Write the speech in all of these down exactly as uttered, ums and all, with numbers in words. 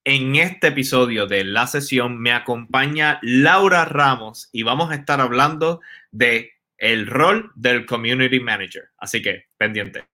En este episodio de La Sesión me acompaña Laura Ramos y vamos a estar hablando de el rol del Community Manager. Así que, pendiente.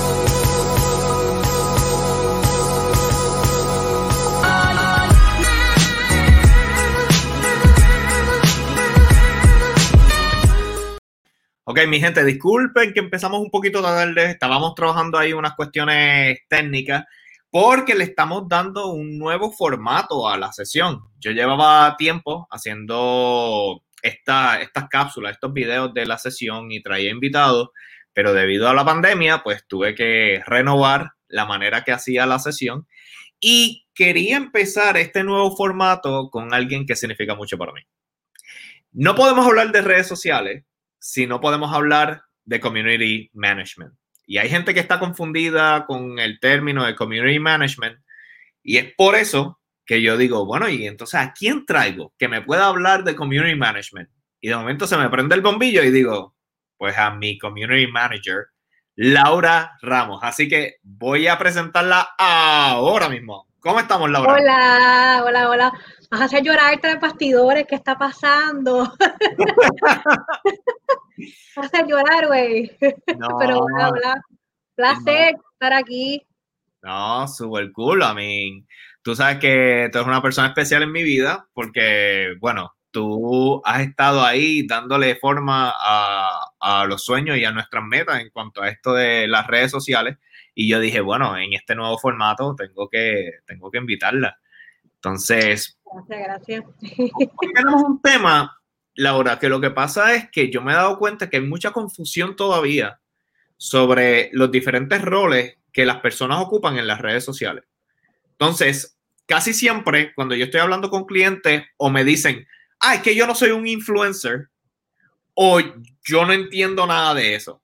Ok, mi gente, disculpen que empezamos un poquito tarde. Estábamos trabajando ahí unas cuestiones técnicas porque le estamos dando un nuevo formato a la sesión. Yo llevaba tiempo haciendo esta, estas cápsulas, estos videos de la sesión y traía invitados, pero debido a la pandemia, pues tuve que renovar la manera que hacía la sesión y quería empezar este nuevo formato con alguien que significa mucho para mí. No podemos hablar de redes sociales si no podemos hablar de community management. Y hay gente que está confundida con el término de community management y es por eso que yo digo, bueno, y entonces ¿a quién traigo que me pueda hablar de community management? Y de momento se me prende el bombillo y digo, pues a mi community manager, Laura Ramos. Así que voy a presentarla ahora mismo. ¿Cómo estamos, Laura? Hola, hola, hola. Vas a hacer llorar tras bastidores. ¿Qué está pasando? Vas a hacer llorar, güey. No, Pero hola, hola. Placer no. estar aquí. No, súper cool. I mean, tú sabes que tú eres una persona especial en mi vida porque, bueno, tú has estado ahí dándole forma a, a los sueños y a nuestras metas en cuanto a esto de las redes sociales. Y yo dije, bueno, en este nuevo formato tengo que, tengo que invitarla. Entonces, Gracias, gracias. hoy tenemos un tema, Laura, que lo que pasa es que yo me he dado cuenta que hay mucha confusión todavía sobre los diferentes roles que las personas ocupan en las redes sociales. Entonces, casi siempre cuando yo estoy hablando con clientes o me dicen, ah, es que yo no soy un influencer o yo no entiendo nada de eso.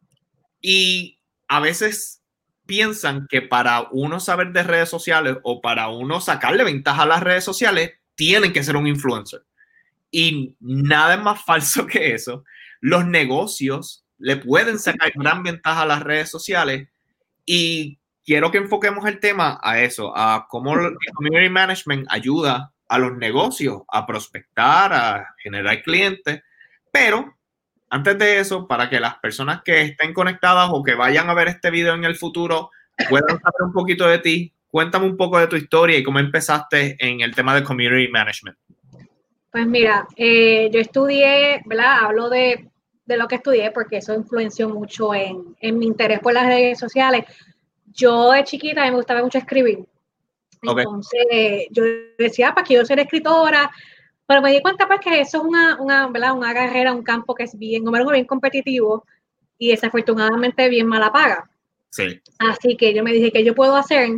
Y a veces piensan que para uno saber de redes sociales o para uno sacarle ventaja a las redes sociales, tienen que ser un influencer. Y nada es más falso que eso. Los negocios le pueden sacar gran ventaja a las redes sociales y quiero que enfoquemos el tema a eso, a cómo el community management ayuda a los negocios a prospectar, a generar clientes, pero antes de eso, para que las personas que estén conectadas o que vayan a ver este video en el futuro puedan saber un poquito de ti, cuéntame un poco de tu historia y cómo empezaste en el tema de community management. Pues mira, eh, yo estudié, ¿verdad? Hablo de, de lo que estudié porque eso influenció mucho en, en mi interés por las redes sociales. Yo de chiquita me gustaba mucho escribir. Okay. Entonces yo decía, para que yo ser escritora, pero me di cuenta pues que eso es una, una, ¿verdad? Una carrera, un campo que es bien, bien competitivo y desafortunadamente bien mala paga. Sí. Así que yo me dije que yo puedo hacer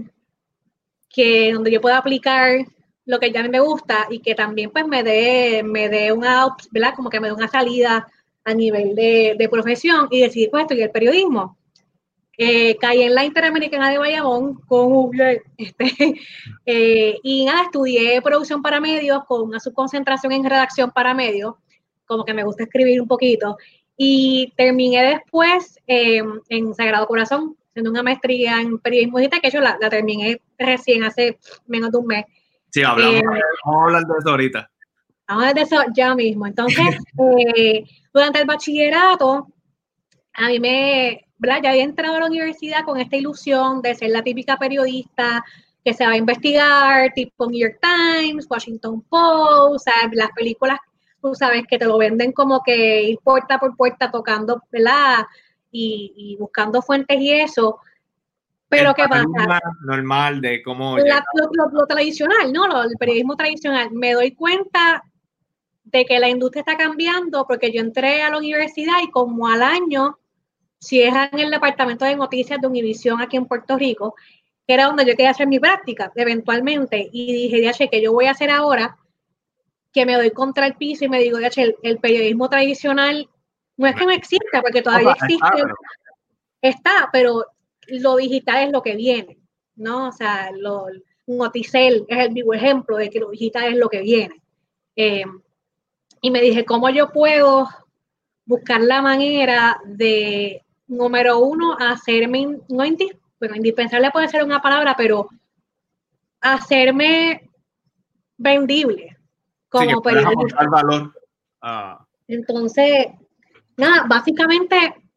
que donde yo pueda aplicar lo que ya a mí me gusta y que también pues me dé, me dé una, ¿verdad? Como que me dé una salida a nivel de, de profesión y decidí pues estudiar periodismo. Eh, caí en la Interamericana de Bayamón con este, eh, y nada, estudié producción para medios con una subconcentración en redacción para medios, como que me gusta escribir un poquito, y terminé después eh, en Sagrado Corazón, haciendo una maestría en periodismo digital, que yo la, la terminé recién hace menos de un mes. Sí, hablamos, eh, vamos a hablar de eso ahorita. Vamos a hablar de eso ya mismo. Entonces, eh, durante el bachillerato, a mí me, ¿verdad? Ya había entrado a la universidad con esta ilusión de ser la típica periodista que se va a investigar, tipo New York Times, Washington Post, o sea, las películas, tú sabes, que te lo venden como que ir puerta por puerta tocando, ¿verdad? Y, y buscando fuentes y eso. Pero el ¿qué pasa? Normal de cómo... La, lo, lo, lo tradicional, ¿no? Lo, el periodismo tradicional. Me doy cuenta de que la industria está cambiando porque yo entré a la universidad y como al año cierran el departamento de noticias de Univisión aquí en Puerto Rico, que era donde yo quería hacer mi práctica eventualmente, y dije, Diache, ¿qué yo voy a hacer ahora? Que me doy contra el piso y me digo, Diache, el, el periodismo tradicional no es que no exista, porque todavía existe, está, pero lo digital es lo que viene, ¿no? O sea, lo, Noticel es el vivo ejemplo de que lo digital es lo que viene. Eh, y me dije, ¿cómo yo puedo buscar la manera de, número uno, hacerme, no indis, bueno, indispensable puede ser una palabra, pero hacerme vendible como sí, que periodista. Valor. Uh. Entonces, nada, básicamente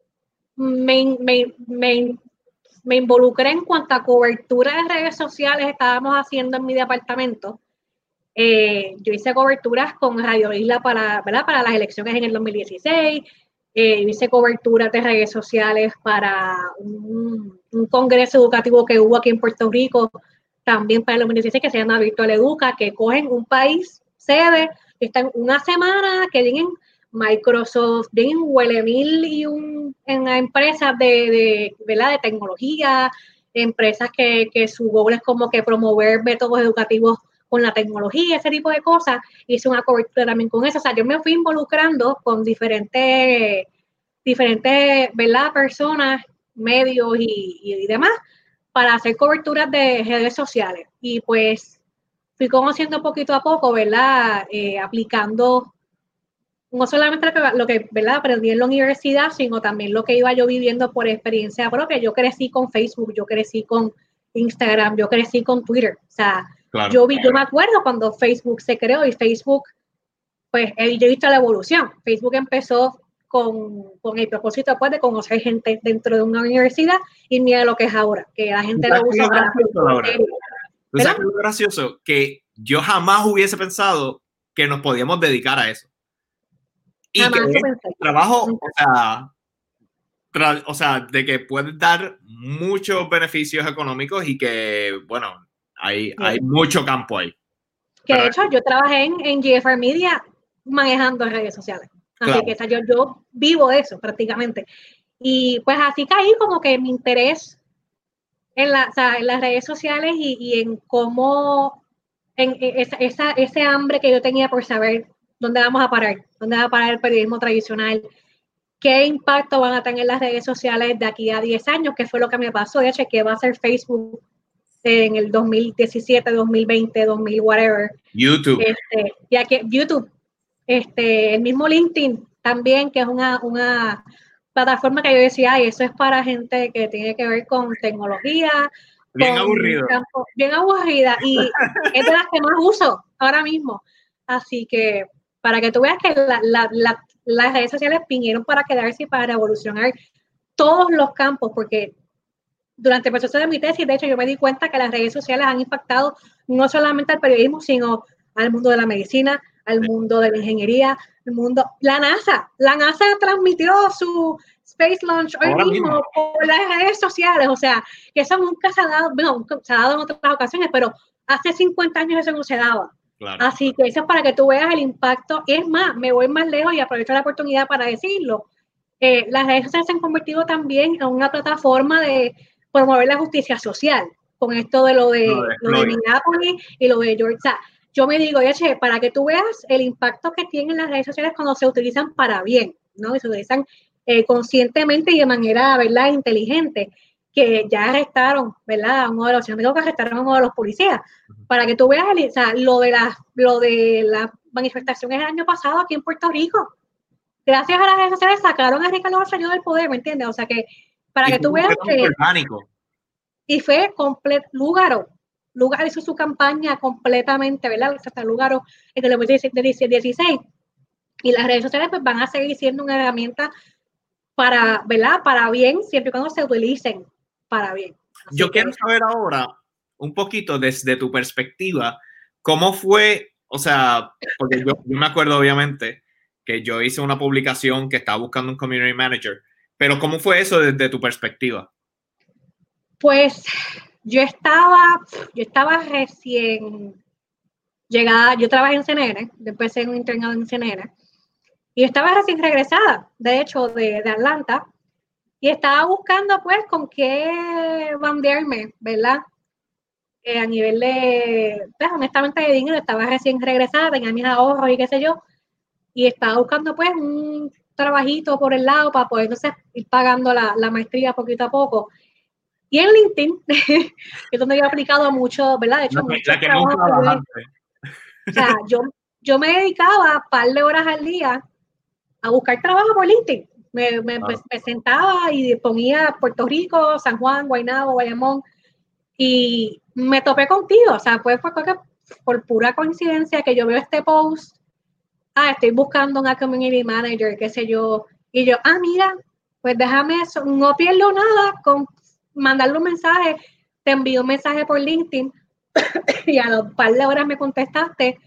me, me, me, me involucré en cuanto a cobertura de redes sociales estábamos haciendo en mi departamento. Eh, yo hice coberturas con Radio Isla para, ¿verdad? Para las elecciones en el dos mil dieciséis. Eh, hice coberturas de redes sociales para un, un congreso educativo que hubo aquí en Puerto Rico, también para el dos mil dieciséis, que se llama Virtual Educa, que cogen un país sede, están una semana, que vienen Microsoft, vienen huele mil y un, en empresas de, de, ¿verdad? De tecnología, empresas que, que su goal es como que promover métodos educativos con la tecnología, ese tipo de cosas. Hice una cobertura también con eso. O sea, yo me fui involucrando con diferentes, diferentes, ¿verdad? Personas, medios y, y demás para hacer coberturas de redes sociales. Y pues fui conociendo poquito a poco, ¿verdad? Eh, aplicando no solamente lo que, lo que, ¿verdad? Aprendí en la universidad, sino también lo que iba yo viviendo por experiencia propia. Yo crecí con Facebook, yo crecí con Instagram, yo crecí con Twitter. O sea, claro, yo, vi, yo me acuerdo cuando Facebook se creó y Facebook, pues yo he visto la evolución. Facebook empezó con, con el propósito pues, de conocer gente dentro de una universidad y mira lo que es ahora, que la gente lo usa para... ¿Tú sabes qué es lo gracioso? Que yo jamás hubiese pensado que nos podíamos dedicar a eso. Y jamás que el trabajo, o sea, tra, o sea, de que puedes dar muchos beneficios económicos y que, bueno, hay, sí. hay mucho campo ahí. Que Pero, de hecho yo trabajé en, en G F R Media manejando redes sociales. Así claro. que o sea, yo, yo vivo de eso prácticamente. Y pues así caí como que mi interés en, la, o sea, en las redes sociales y, y en cómo, en, en esa, esa, ese hambre que yo tenía por saber dónde vamos a parar, dónde va a parar el periodismo tradicional, qué impacto van a tener las redes sociales de aquí a diez años, que fue lo que me pasó, de hecho, que va a ser Facebook en el dos mil diecisiete, dos mil veinte, dos mil whatever. YouTube. Este, ya que YouTube, este, el mismo LinkedIn también, que es una, una plataforma que yo decía, ay, eso es para gente que tiene que ver con tecnología. Bien con aburrido. Campo, bien aburrida y es de las que más uso ahora mismo. Así que para que tú veas que la, la, la, las redes sociales vinieron para quedarse y para revolucionar todos los campos, porque durante el proceso de mi tesis, de hecho, yo me di cuenta que las redes sociales han impactado no solamente al periodismo, sino al mundo de la medicina, al sí. mundo de la ingeniería, el mundo... La NASA, la NASA transmitió su Space Launch hoy mismo, mismo por las redes sociales, o sea, que eso nunca se ha dado, bueno, se ha dado en otras ocasiones, pero hace cincuenta años eso no se daba. Claro. Así que eso es para que tú veas el impacto. Es más, me voy más lejos y aprovecho la oportunidad para decirlo. Eh, las redes sociales se han convertido también en una plataforma de promover la justicia social, con esto de lo de, no, lo de Minneapolis y lo de George. O sea, yo me digo, oye, che, para que tú veas el impacto que tienen las redes sociales cuando se utilizan para bien, ¿no? Y se utilizan eh, conscientemente y de manera, ¿verdad?, inteligente, que ya arrestaron, ¿verdad?, a uno de los amigos que arrestaron a uno de los policías. Para que tú veas el, o sea, lo de las lo de las manifestaciones el año pasado aquí en Puerto Rico. Gracias a las redes sociales sacaron a Ricardo Rosselló del poder, ¿me entiendes? O sea que para y que tú veas que orgánico. Y fue completo, Lugaro, Lugaro hizo su campaña completamente, ¿verdad? Hasta Lugaro en el dos mil dieciséis. Y las redes sociales pues van a seguir siendo una herramienta para, ¿verdad? Para bien, siempre y cuando se utilicen para bien. Así Yo que, quiero saber ahora un poquito desde tu perspectiva, ¿cómo fue? O sea, porque yo, yo me acuerdo obviamente que yo hice una publicación que estaba buscando un community manager, pero ¿cómo fue eso desde tu perspectiva? Pues yo estaba, yo estaba recién llegada, yo trabajé en C N N, empecé en un internado en C N N, y estaba recién regresada, de hecho, de, de Atlanta, y estaba buscando, pues, con qué bandearme, ¿verdad? Eh, a nivel de, pues, honestamente, de dinero, estaba recién regresada, tenía mis ahorros y qué sé yo, y estaba buscando, pues, un trabajito por el lado para poder, entonces, ir pagando la, la maestría poquito a poco. Y en LinkedIn, que es donde yo he aplicado mucho, ¿verdad? De hecho, la que, muchos la que nunca bajaste. O sea, yo, yo me dedicaba un par de horas al día a buscar trabajo por LinkedIn. Me, me, wow. me sentaba y ponía Puerto Rico, San Juan, Guaynabo, Bayamón, y me topé contigo, o sea, pues fue por, por pura coincidencia que yo veo este post, ah, estoy buscando una community manager, qué sé yo, y yo, ah, mira, pues déjame eso, no pierdo nada con mandarle un mensaje, te envío un mensaje por LinkedIn y a los par de horas me contestaste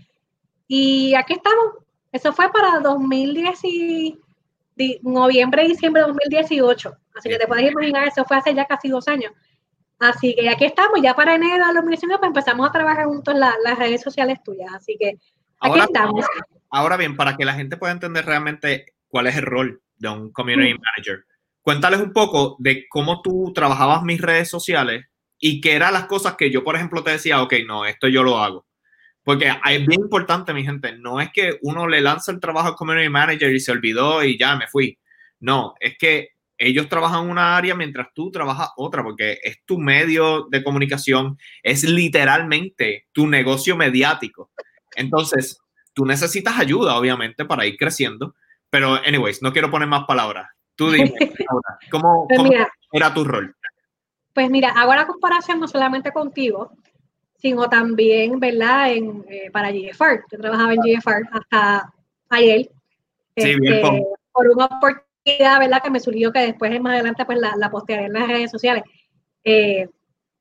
y aquí estamos. Eso fue para dos mil diez y, di, noviembre, diciembre de dos mil dieciocho, así que te puedes imaginar, eso fue hace ya casi dos años. Así que aquí estamos, ya para enero de dos mil diecinueve pues empezamos a trabajar juntos en la, las redes sociales tuyas, así que aquí Ahora, estamos. Ahora bien, para que la gente pueda entender realmente cuál es el rol de un community manager, cuéntales un poco de cómo tú trabajabas mis redes sociales y qué eran las cosas que yo, por ejemplo, te decía, ok, no, esto yo lo hago. Porque es bien importante, mi gente, no es que uno le lanza el trabajo al community manager y se olvidó y ya me fui. No, es que ellos trabajan una área mientras tú trabajas otra, porque es tu medio de comunicación, es literalmente tu negocio mediático. Entonces, tú necesitas ayuda, obviamente, para ir creciendo. Pero, anyways, no quiero poner más palabras. Tú dime, ahora, ¿cómo, Pues cómo mira, era tu rol? pues mira, hago la comparación no solamente contigo, sino también, ¿verdad? En, eh, para G F R. Yo trabajaba en G F R hasta ayer. Sí, bien, este, con... por una oportunidad, ¿verdad? Que me surgió que después, más adelante, pues la, la postearé en las redes sociales. Eh,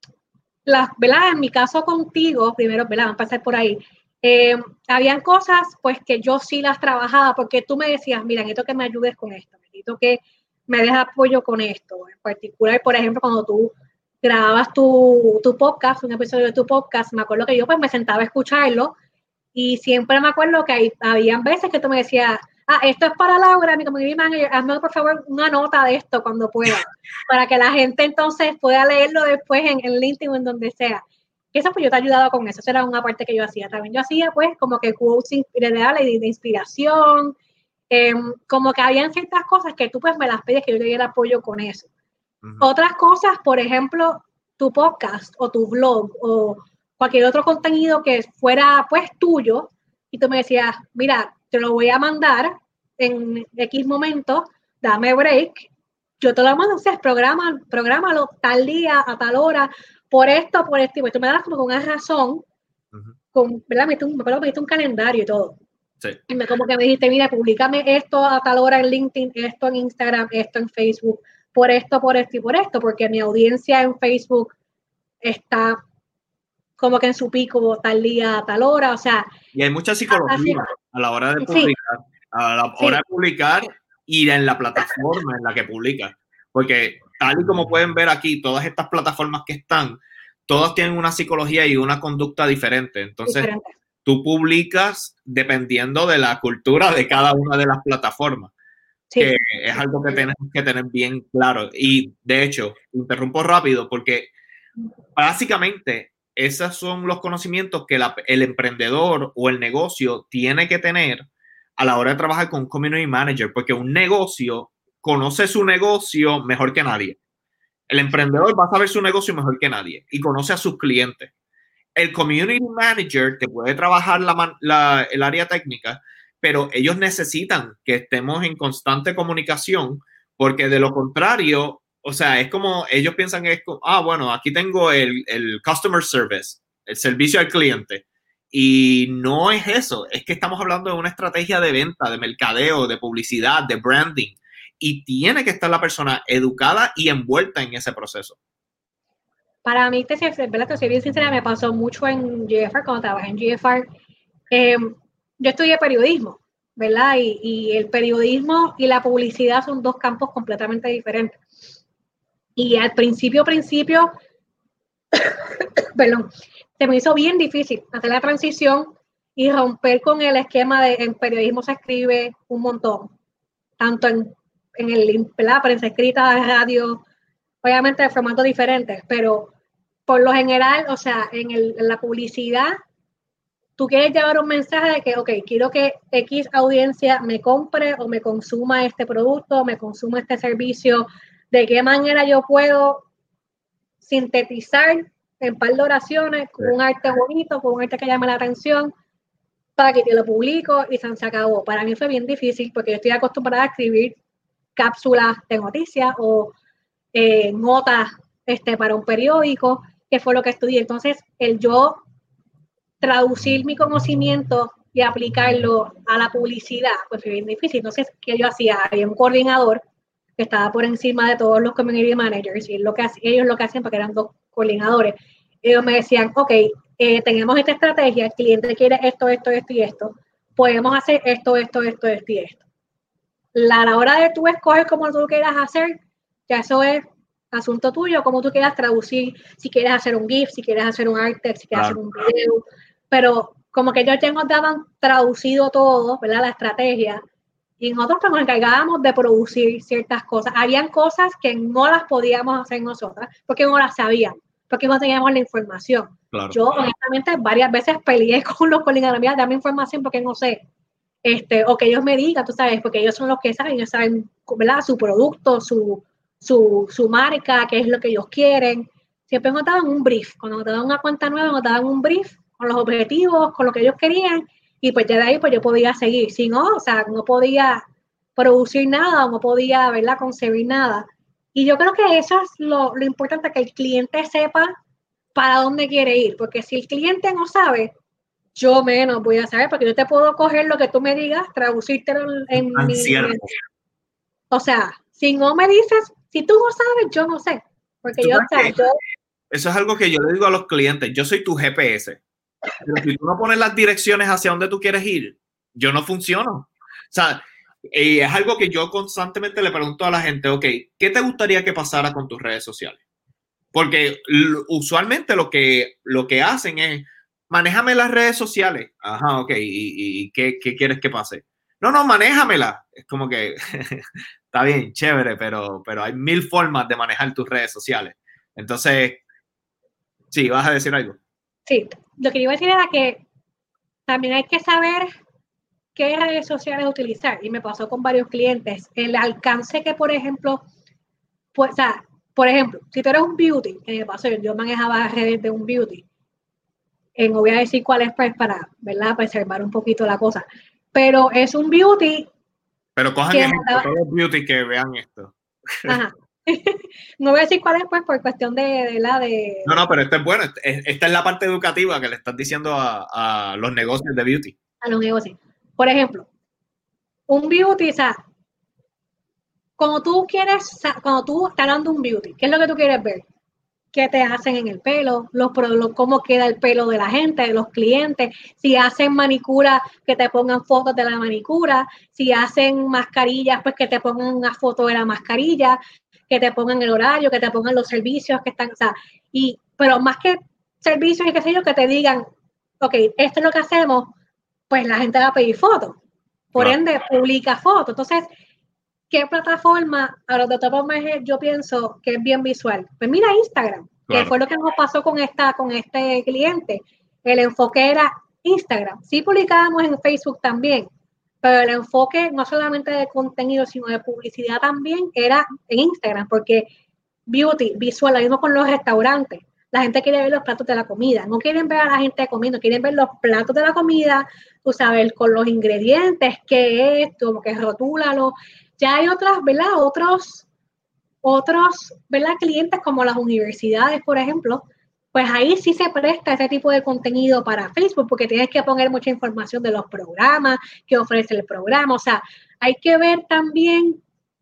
la, ¿verdad? En mi caso contigo, primero, ¿verdad? Vamos a pasar por ahí. Eh, habían cosas, pues, que yo sí las trabajaba, porque tú me decías, mira, necesito que me ayudes con esto, necesito que me des apoyo con esto. En particular, por ejemplo, cuando tú grababas tu, tu podcast, un episodio de tu podcast, me acuerdo que yo, pues, me sentaba a escucharlo y siempre me acuerdo que hay, habían veces que tú me decías, ah, esto es para Laura, mi community manager, hazme por favor una nota de esto cuando pueda, para que la gente entonces pueda leerlo después en, en LinkedIn o en donde sea. Y eso pues yo te he ayudado con eso, esa era una parte que yo hacía. También yo hacía pues como que quotes de, de, de inspiración, eh, como que habían ciertas cosas que tú pues me las pides que yo te diera apoyo con eso. Uh-huh. Otras cosas, por ejemplo, tu podcast o tu blog o cualquier otro contenido que fuera pues tuyo y tú me decías, mira, te lo voy a mandar en X momento, dame break, yo te lo mando, o sea, programa, prográmalo tal día, a tal hora, por esto, por esto, y pues tú me das como con una razón, uh-huh. con, ¿verdad? Me acuerdo que me diste un calendario y todo. Sí. Y me como que me dijiste, mira, públicame esto a tal hora en LinkedIn, esto en Instagram, esto en Facebook, por esto, por esto y por esto, porque mi audiencia en Facebook está como que en su pico tal día, tal hora, o sea. Y hay mucha psicología así, a la hora de publicar, sí. a la hora sí. de publicar y en la plataforma en la que publicas. Porque tal y como pueden ver aquí, todas estas plataformas que están, todas tienen una psicología y una conducta diferente. Entonces, diferente. Tú publicas dependiendo de la cultura de cada una de las plataformas. Sí. Que es algo que tenemos que tener bien claro. Y, de hecho, interrumpo rápido porque básicamente esos son los conocimientos que la, el emprendedor o el negocio tiene que tener a la hora de trabajar con un community manager, porque un negocio conoce su negocio mejor que nadie. El emprendedor va a saber su negocio mejor que nadie y conoce a sus clientes. El community manager te puede trabajar la, la, el área técnica, pero ellos necesitan que estemos en constante comunicación, porque de lo contrario, o sea, es como ellos piensan que es como, ah, bueno, aquí tengo el, el customer service, el servicio al cliente. Y no es eso, es que estamos hablando de una estrategia de venta, de mercadeo, de publicidad, de branding. Y tiene que estar la persona educada y envuelta en ese proceso. Para mí, te soy, ¿verdad? Te soy bien sincera, me pasó mucho en G F R, cuando trabajé en G F R. Eh, yo estudié periodismo, ¿verdad? Y, y el periodismo y la publicidad son dos campos completamente diferentes. Y al principio, principio, perdón, se me hizo bien difícil hacer la transición y romper con el esquema de en periodismo se escribe un montón, tanto en, en el, la prensa escrita, radio, obviamente de formatos diferentes, pero por lo general, o sea, en, el, en la publicidad, tú quieres llevar un mensaje de que, ok, quiero que X audiencia me compre o me consuma este producto, me consuma este servicio, de qué manera yo puedo sintetizar en par de oraciones con un arte bonito, con un arte que llame la atención, para que te lo publico y se acabó. Para mí fue bien difícil porque yo estoy acostumbrada a escribir cápsulas de noticias o eh, notas este, para un periódico que fue lo que estudié. Entonces, el yo traducir mi conocimiento y aplicarlo a la publicidad, pues fue bien difícil. Entonces, ¿qué yo hacía? Había un coordinador que estaba por encima de todos los community managers, y lo que, ellos lo que hacían, porque eran dos coordinadores, ellos me decían, ok, eh, tenemos esta estrategia, el cliente quiere esto, esto, esto y esto, podemos hacer esto, esto, esto, esto y esto. La, a la hora de tú escoger cómo tú quieras hacer, ya eso es asunto tuyo, cómo tú quieras traducir, si quieres hacer un GIF, si quieres hacer un art text, si quieres claro. hacer un video, pero como que ellos ya nos daban traducido todo, ¿verdad? La estrategia, y nosotros nos encargábamos de producir ciertas cosas. Habían cosas que no las podíamos hacer nosotras, porque no las sabíamos, porque no teníamos la información. Claro. Yo, honestamente, varias veces peleé con los coordinadores, mira, dame información porque no sé. Este, o que ellos me digan, tú sabes, porque ellos son los que saben, ellos saben, ¿verdad? Su producto, su, su, su marca, qué es lo que ellos quieren. Siempre nos daban un brief. Cuando nos daban una cuenta nueva, nos daban un brief con los objetivos, con lo que ellos querían, y pues ya de ahí pues yo podía seguir. Si no, o sea, no podía producir nada, o no podía, ¿verdad?, concebir nada. Y yo creo que eso es lo, lo importante, que el cliente sepa para dónde quiere ir, porque si el cliente no sabe, yo menos voy a saber, porque yo te puedo coger lo que tú me digas, traducírtelo en mi... Cierto. O sea, si no me dices, si tú no sabes, yo no sé. Porque yo, o sea, yo... Eso es algo que yo le digo a los clientes, yo soy tu G P S. Pero si tú no pones las direcciones hacia donde tú quieres ir, yo no funciono. O sea, eh, es algo que yo constantemente le pregunto a la gente, ok, ¿qué te gustaría que pasara con tus redes sociales? Porque usualmente lo que, lo que hacen es, manéjame las redes sociales. Ajá, ok, ¿y, y qué, qué quieres que pase? No, no, manéjamela. Es como que, está bien, chévere, pero, pero hay mil formas de manejar tus redes sociales. Entonces, sí, ¿vas a decir algo? Sí, lo que yo iba a decir era que también hay que saber qué redes sociales utilizar. Y me pasó con varios clientes. El alcance que, por ejemplo, pues, o sea, por ejemplo, si tú eres un beauty, que me pasó, yo manejaba redes de un beauty. Eh, no voy a decir cuál es, pues, para, ¿verdad?, preservar un poquito la cosa. Pero es un beauty. Pero cojan ejemplo, mandaba... todos los beauty que vean esto. Ajá. No voy a decir cuál es, pues, por cuestión de, de la de... No, no, pero esto es bueno. Esta es la parte educativa que le estás diciendo a, a los negocios de beauty. A los negocios. Por ejemplo, un beauty, o sea, cuando tú quieres, cuando tú estás dando un beauty, ¿qué es lo que tú quieres ver? ¿Qué te hacen en el pelo? Los, los, ¿Cómo queda el pelo de la gente, de los clientes? Si hacen manicura, que te pongan fotos de la manicura. Si hacen mascarillas, pues que te pongan una foto de la mascarilla, que te pongan el horario, que te pongan los servicios que están, o sea, y, pero más que servicios y qué sé yo, que te digan, ok, esto es lo que hacemos, pues la gente va a pedir fotos. Por claro. ende, publica fotos. Entonces, ¿qué plataforma, a los de top of my head, yo pienso que es bien visual? Pues mira Instagram, claro. que fue lo que nos pasó con, esta, con este cliente. El enfoque era Instagram. Sí publicábamos en Facebook también, pero el enfoque no solamente de contenido, sino de publicidad también era en Instagram, porque beauty, visual, lo mismo con los restaurantes. La gente quiere ver los platos de la comida, no quieren ver a la gente comiendo, quieren ver los platos de la comida, tú sabes, con los ingredientes, qué es, como que rotúlalo. Ya hay otras, ¿verdad? Otros, otros, ¿verdad?, clientes como las universidades, por ejemplo, pues ahí sí se presta ese tipo de contenido para Facebook, porque tienes que poner mucha información de los programas que ofrece el programa. O sea, hay que ver también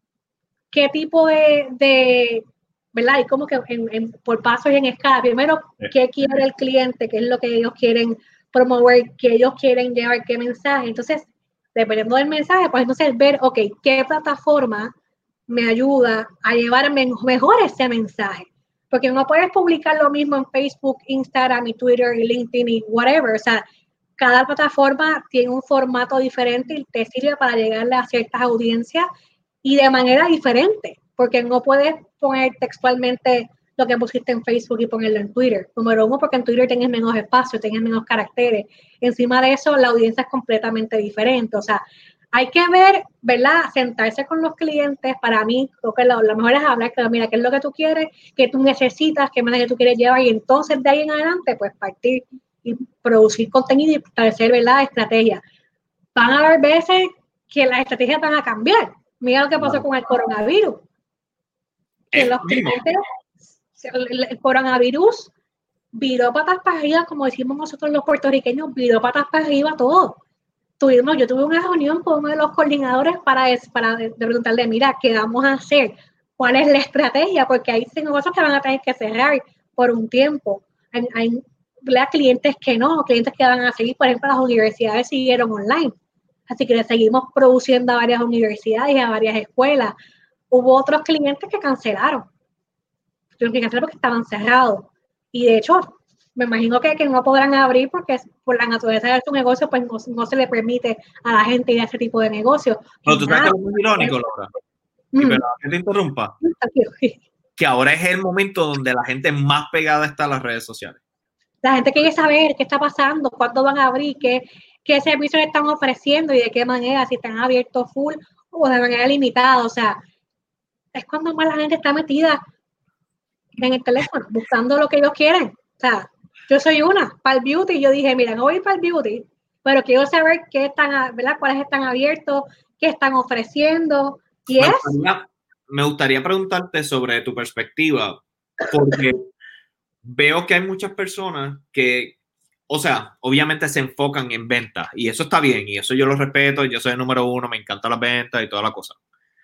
qué tipo de, de ¿verdad? Y como que en, en, por pasos y en escala. Primero, qué quiere el cliente, qué es lo que ellos quieren promover, qué ellos quieren llevar, qué mensaje. Entonces, dependiendo del mensaje, pues entonces ver, ok, qué plataforma me ayuda a llevar mejor ese mensaje. Porque no puedes publicar lo mismo en Facebook, Instagram y Twitter y LinkedIn y whatever. O sea, cada plataforma tiene un formato diferente y te sirve para llegarle a ciertas audiencias y de manera diferente. Porque no puedes poner textualmente lo que pusiste en Facebook y ponerlo en Twitter. Número uno, porque en Twitter tienes menos espacio, tienes menos caracteres. Encima de eso, la audiencia es completamente diferente. O sea, hay que ver, ¿verdad? Sentarse con los clientes. Para mí, creo que lo, lo mejor es hablar, que mira, qué es lo que tú quieres, qué tú necesitas, qué manera que tú quieres llevar. Y entonces, de ahí en adelante, pues partir y producir contenido y establecer, ¿verdad?, estrategias. Van a haber veces que las estrategias van a cambiar. Mira lo que pasó con el coronavirus. Que los clientes, el, el coronavirus viró patas para arriba, como decimos nosotros los puertorriqueños, viró patas para arriba todo. Tuvimos, yo tuve una reunión con uno de los coordinadores para, para de, de preguntarle, mira, ¿qué vamos a hacer? ¿Cuál es la estrategia? Porque hay negocios que van a tener que cerrar por un tiempo. Hay, hay clientes que no, clientes que van a seguir, por ejemplo, las universidades siguieron online. Así que le seguimos produciendo a varias universidades y a varias escuelas. Hubo otros clientes que cancelaron. Tuvieron que cancelar porque estaban cerrados. Y de hecho, me imagino que, que no podrán abrir porque por la naturaleza de su negocio, pues no, no se le permite a la gente ir a ese tipo de negocio. Pero tú sabes que es muy irónico, Laura. Y Mm. perdón que te interrumpa. Que ahora es el momento donde la gente más pegada está a las redes sociales. La gente quiere saber qué está pasando, cuándo van a abrir, qué, qué servicios están ofreciendo y de qué manera, si están abiertos full o de manera limitada. O sea, es cuando más la gente está metida en el teléfono, buscando lo que ellos quieren. O sea, yo soy una, para el beauty, yo dije, mira, no voy para el beauty, pero quiero saber qué están, ¿verdad? Cuáles están abiertos, qué están ofreciendo. Y me es... Gustaría, me gustaría preguntarte sobre tu perspectiva, porque veo que hay muchas personas que, o sea, obviamente se enfocan en ventas, y eso está bien, y eso yo lo respeto, yo soy el número uno, me encantan las ventas y toda la cosa.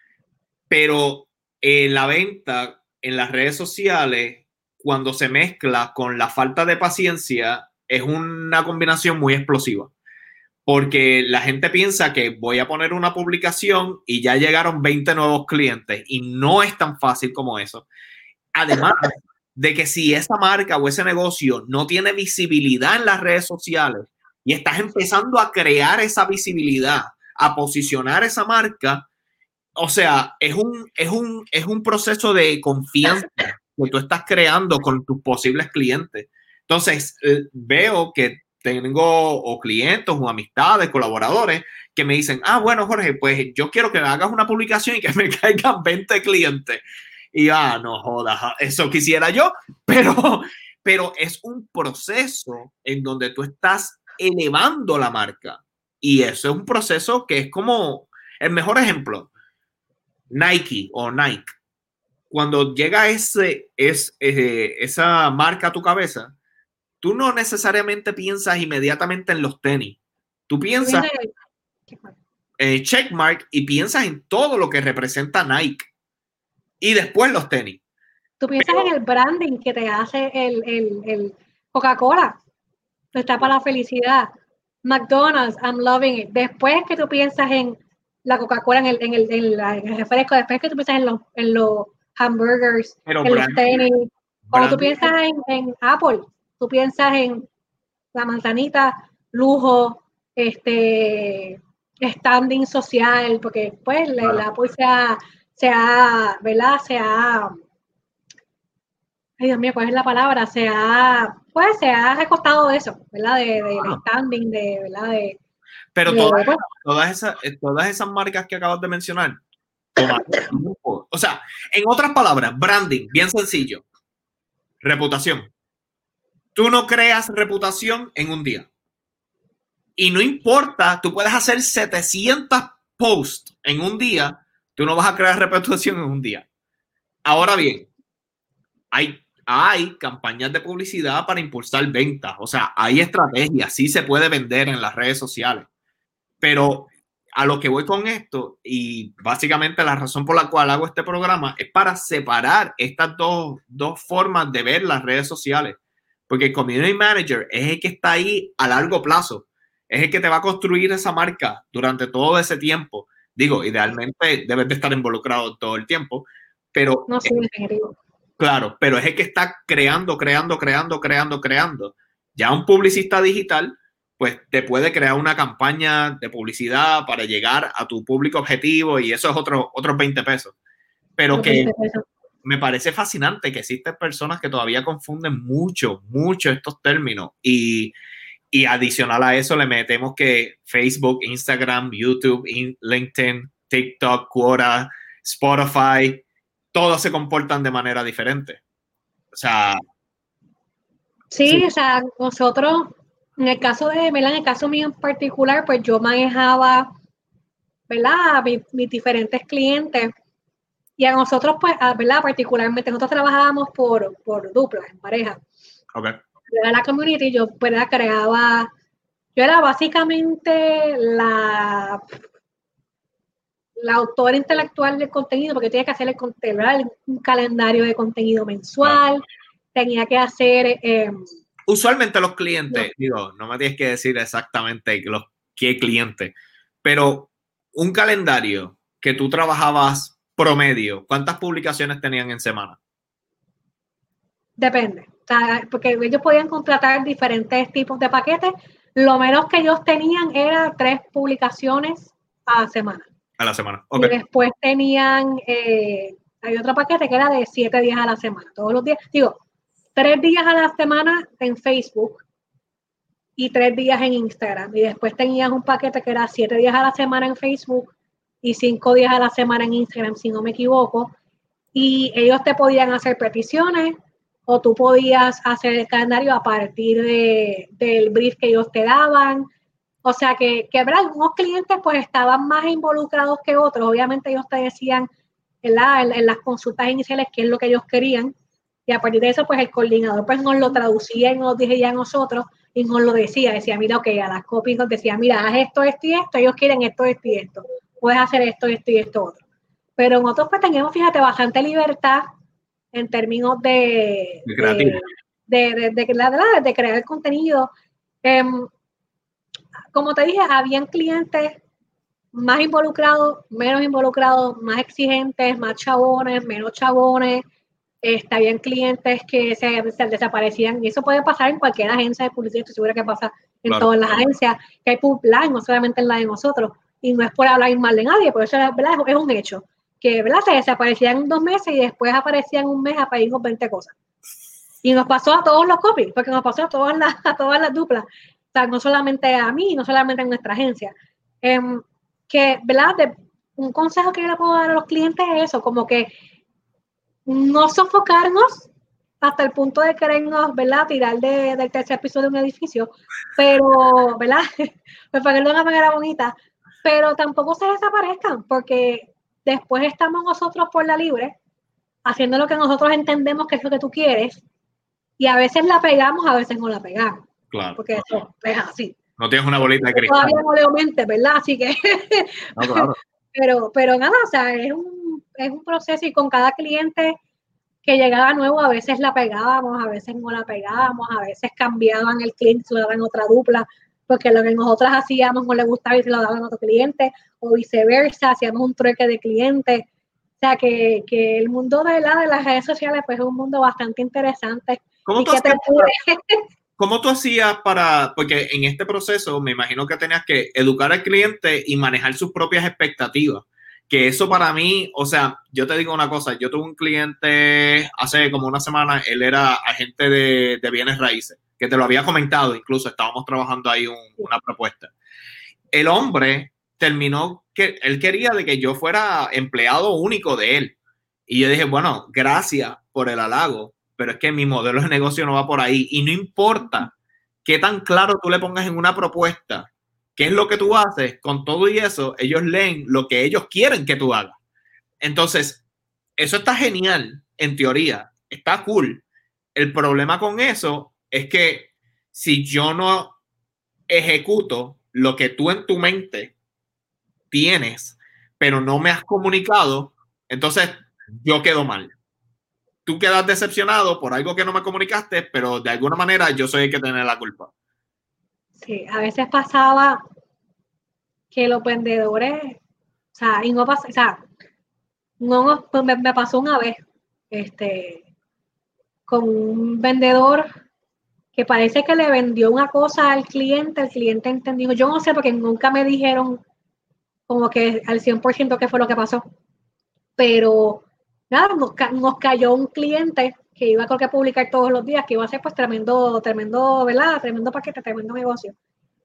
Pero eh, la venta en las redes sociales, cuando se mezcla con la falta de paciencia, es una combinación muy explosiva. Porque la gente piensa que voy a poner una publicación y ya llegaron veinte nuevos clientes, y no es tan fácil como eso. Además de que si esa marca o ese negocio no tiene visibilidad en las redes sociales y estás empezando a crear esa visibilidad, a posicionar esa marca, o sea, es un, es un, es un proceso de confianza que tú estás creando con tus posibles clientes. Entonces, eh, veo que tengo o clientes o amistades, colaboradores que me dicen, ah, bueno, Jorge, pues yo quiero que me hagas una publicación y que me caigan veinte clientes. Y ah, no jodas, eso quisiera yo, pero, pero es un proceso en donde tú estás elevando la marca. Y eso es un proceso que es como el mejor ejemplo. Nike o Nike, cuando llega ese, es, eh, esa marca a tu cabeza, tú no necesariamente piensas inmediatamente en los tenis. Tú piensas en eh, Checkmark y piensas en todo lo que representa Nike. Y después los tenis. Tú piensas Pero, en el branding que te hace el, el, el Coca-Cola. Está para la felicidad. McDonald's, I'm loving it. Después que tú piensas en la Coca-Cola, en el, en, el, en, la, en el refresco, después que tú piensas en los, en los hamburgers, Pero en branding, los tenis. Cuando tú piensas en, en Apple, tú piensas en la manzanita, lujo, este, standing social, porque pues claro. la Apple se ha, se ha, ¿verdad? Se ha, ay Dios mío, ¿cuál es la palabra? Se ha, pues se ha recostado de eso, ¿verdad? De, de, de standing, de, ¿verdad? De, Pero de, todas, pues, todas, esas, todas esas marcas que acabas de mencionar, o sea, en otras palabras, branding, bien sencillo, reputación. Tú no creas reputación en un día. Y no importa, tú puedes hacer setecientos posts en un día, tú no vas a crear reputación en un día. Ahora bien, hay, hay campañas de publicidad para impulsar ventas, o sea, hay estrategias, sí se puede vender en las redes sociales, pero a lo que voy con esto, y básicamente la razón por la cual hago este programa, es para separar estas dos, dos formas de ver las redes sociales, porque el community manager es el que está ahí a largo plazo, es el que te va a construir esa marca durante todo ese tiempo. Digo, idealmente debes de estar involucrado todo el tiempo, pero... No soy ingeniero. Claro, pero es el que está creando, creando, creando, creando, creando. Ya un publicista digital, pues te puede crear una campaña de publicidad para llegar a tu público objetivo y eso es otro, otros veinte pesos. Pero que veinte pesos. Me parece fascinante que existen personas que todavía confunden mucho, mucho estos términos y, y adicional a eso le metemos que Facebook, Instagram, YouTube, LinkedIn, TikTok, Quora, Spotify, todos se comportan de manera diferente. O sea... Sí, sí, o sea, nosotros, en el caso de, ¿verdad? En el caso mío en particular, pues yo manejaba, ¿verdad? Mis, mis diferentes clientes. Y a nosotros, pues, ¿verdad? Particularmente, nosotros trabajábamos por, por dupla, en pareja. Okay. yo era la community, yo pues, creaba, yo era básicamente la, la autora intelectual del contenido, porque tenía que hacer el, un calendario de contenido mensual, claro. Tenía que hacer... Eh, Usualmente los clientes, no. digo, no me tienes que decir exactamente los, qué cliente, pero un calendario que tú trabajabas promedio, ¿cuántas publicaciones tenían en semana? Depende, o sea, porque ellos podían contratar diferentes tipos de paquetes. Lo menos que ellos tenían era tres publicaciones a la semana. A la semana, okay. Y después tenían, eh, hay otro paquete que era de siete días a la semana, todos los días, digo, tres días a la semana en Facebook y tres días en Instagram. Y después tenías un paquete que era siete días a la semana en Facebook y cinco días a la semana en Instagram, si no me equivoco. Y ellos te podían hacer peticiones o tú podías hacer el calendario a partir de, del brief que ellos te daban. O sea que, que ¿verdad? Algunos clientes pues estaban más involucrados que otros. Obviamente ellos te decían ¿verdad? En, en las consultas iniciales qué es lo que ellos querían. Y a partir de eso, pues el coordinador pues nos lo traducía y nos dije ya a nosotros y nos lo decía. Decía, mira, ok, a las copies nos decía, mira, haz esto, esto y esto. Ellos quieren esto, esto y esto. Puedes hacer esto, esto y esto otro. Pero nosotros pues teníamos, fíjate, bastante libertad en términos de, de, de, de, de, de, de crear el contenido. Eh, como te dije, habían clientes más involucrados, menos involucrados, más exigentes, más chabones, menos chabones. Este, habían clientes que se, se desaparecían y eso puede pasar en cualquier agencia de publicidad, estoy segura que pasa en claro. todas las agencias, que hay publicidad, no solamente en la de nosotros, y no es por hablar mal de nadie, pero eso ¿verdad? es un hecho, que ¿verdad? se desaparecían dos meses y después aparecían un mes a pedirnos veinte cosas. Y nos pasó a todos los copies, porque nos pasó a todas las, a todas las duplas, o sea, no solamente a mí, no solamente en nuestra agencia. Eh, que, ¿verdad? De, un consejo que yo le puedo dar a los clientes es eso, como que no sofocarnos hasta el punto de querernos, ¿verdad? Tirar de, del tercer piso de un edificio, pero, ¿verdad? Pues para que de una manera bonita, pero tampoco se desaparezcan, porque después estamos nosotros por la libre, haciendo lo que nosotros entendemos que es lo que tú quieres, y a veces la pegamos, a veces no la pegamos. Claro. Porque eso es así. No tienes una bolita de cristal. Todavía no leo mente, ¿verdad? Así que... No, claro. pero, pero nada, o sea, es un, es un proceso y con cada cliente que llegaba nuevo, a veces la pegábamos, a veces no la pegábamos, a veces cambiaban el cliente, se lo daban otra dupla, porque lo que nosotras hacíamos no le gustaba y se lo daban a otro cliente, o viceversa, hacíamos un trueque de clientes. O sea, que, que el mundo de, la, de las redes sociales pues es un mundo bastante interesante. ¿Cómo y tú que hacías, te... ¿Cómo tú hacías para, porque en este proceso me imagino que tenías que educar al cliente y manejar sus propias expectativas? Que eso para mí, o sea, yo te digo una cosa, yo tuve un cliente hace como una semana, él era agente de, de bienes raíces, que te lo había comentado, incluso estábamos trabajando ahí un, una propuesta. El hombre terminó, que él quería de que yo fuera empleado único de él. Y yo dije, bueno, gracias por el halago, pero es que mi modelo de negocio no va por ahí. Y no importa qué tan claro tú le pongas en una propuesta, qué es lo que tú haces, con todo y eso, ellos leen lo que ellos quieren que tú hagas. Entonces, eso está genial, en teoría, está cool. El problema con eso es que si yo no ejecuto lo que tú en tu mente tienes, pero no me has comunicado, entonces yo quedo mal. Tú quedas decepcionado por algo que no me comunicaste, pero de alguna manera yo soy el que tiene la culpa. Sí, a veces pasaba que los vendedores, o sea, y no pasa, o sea, no, pues me, me pasó una vez, este, con un vendedor que parece que le vendió una cosa al cliente, el cliente entendió, yo no sé porque nunca me dijeron como que al cien por ciento qué fue lo que pasó, pero nada, nos, nos cayó un cliente que iba a creo que publicar todos los días, que iba a ser pues tremendo, tremendo, ¿verdad? Tremendo paquete, tremendo negocio.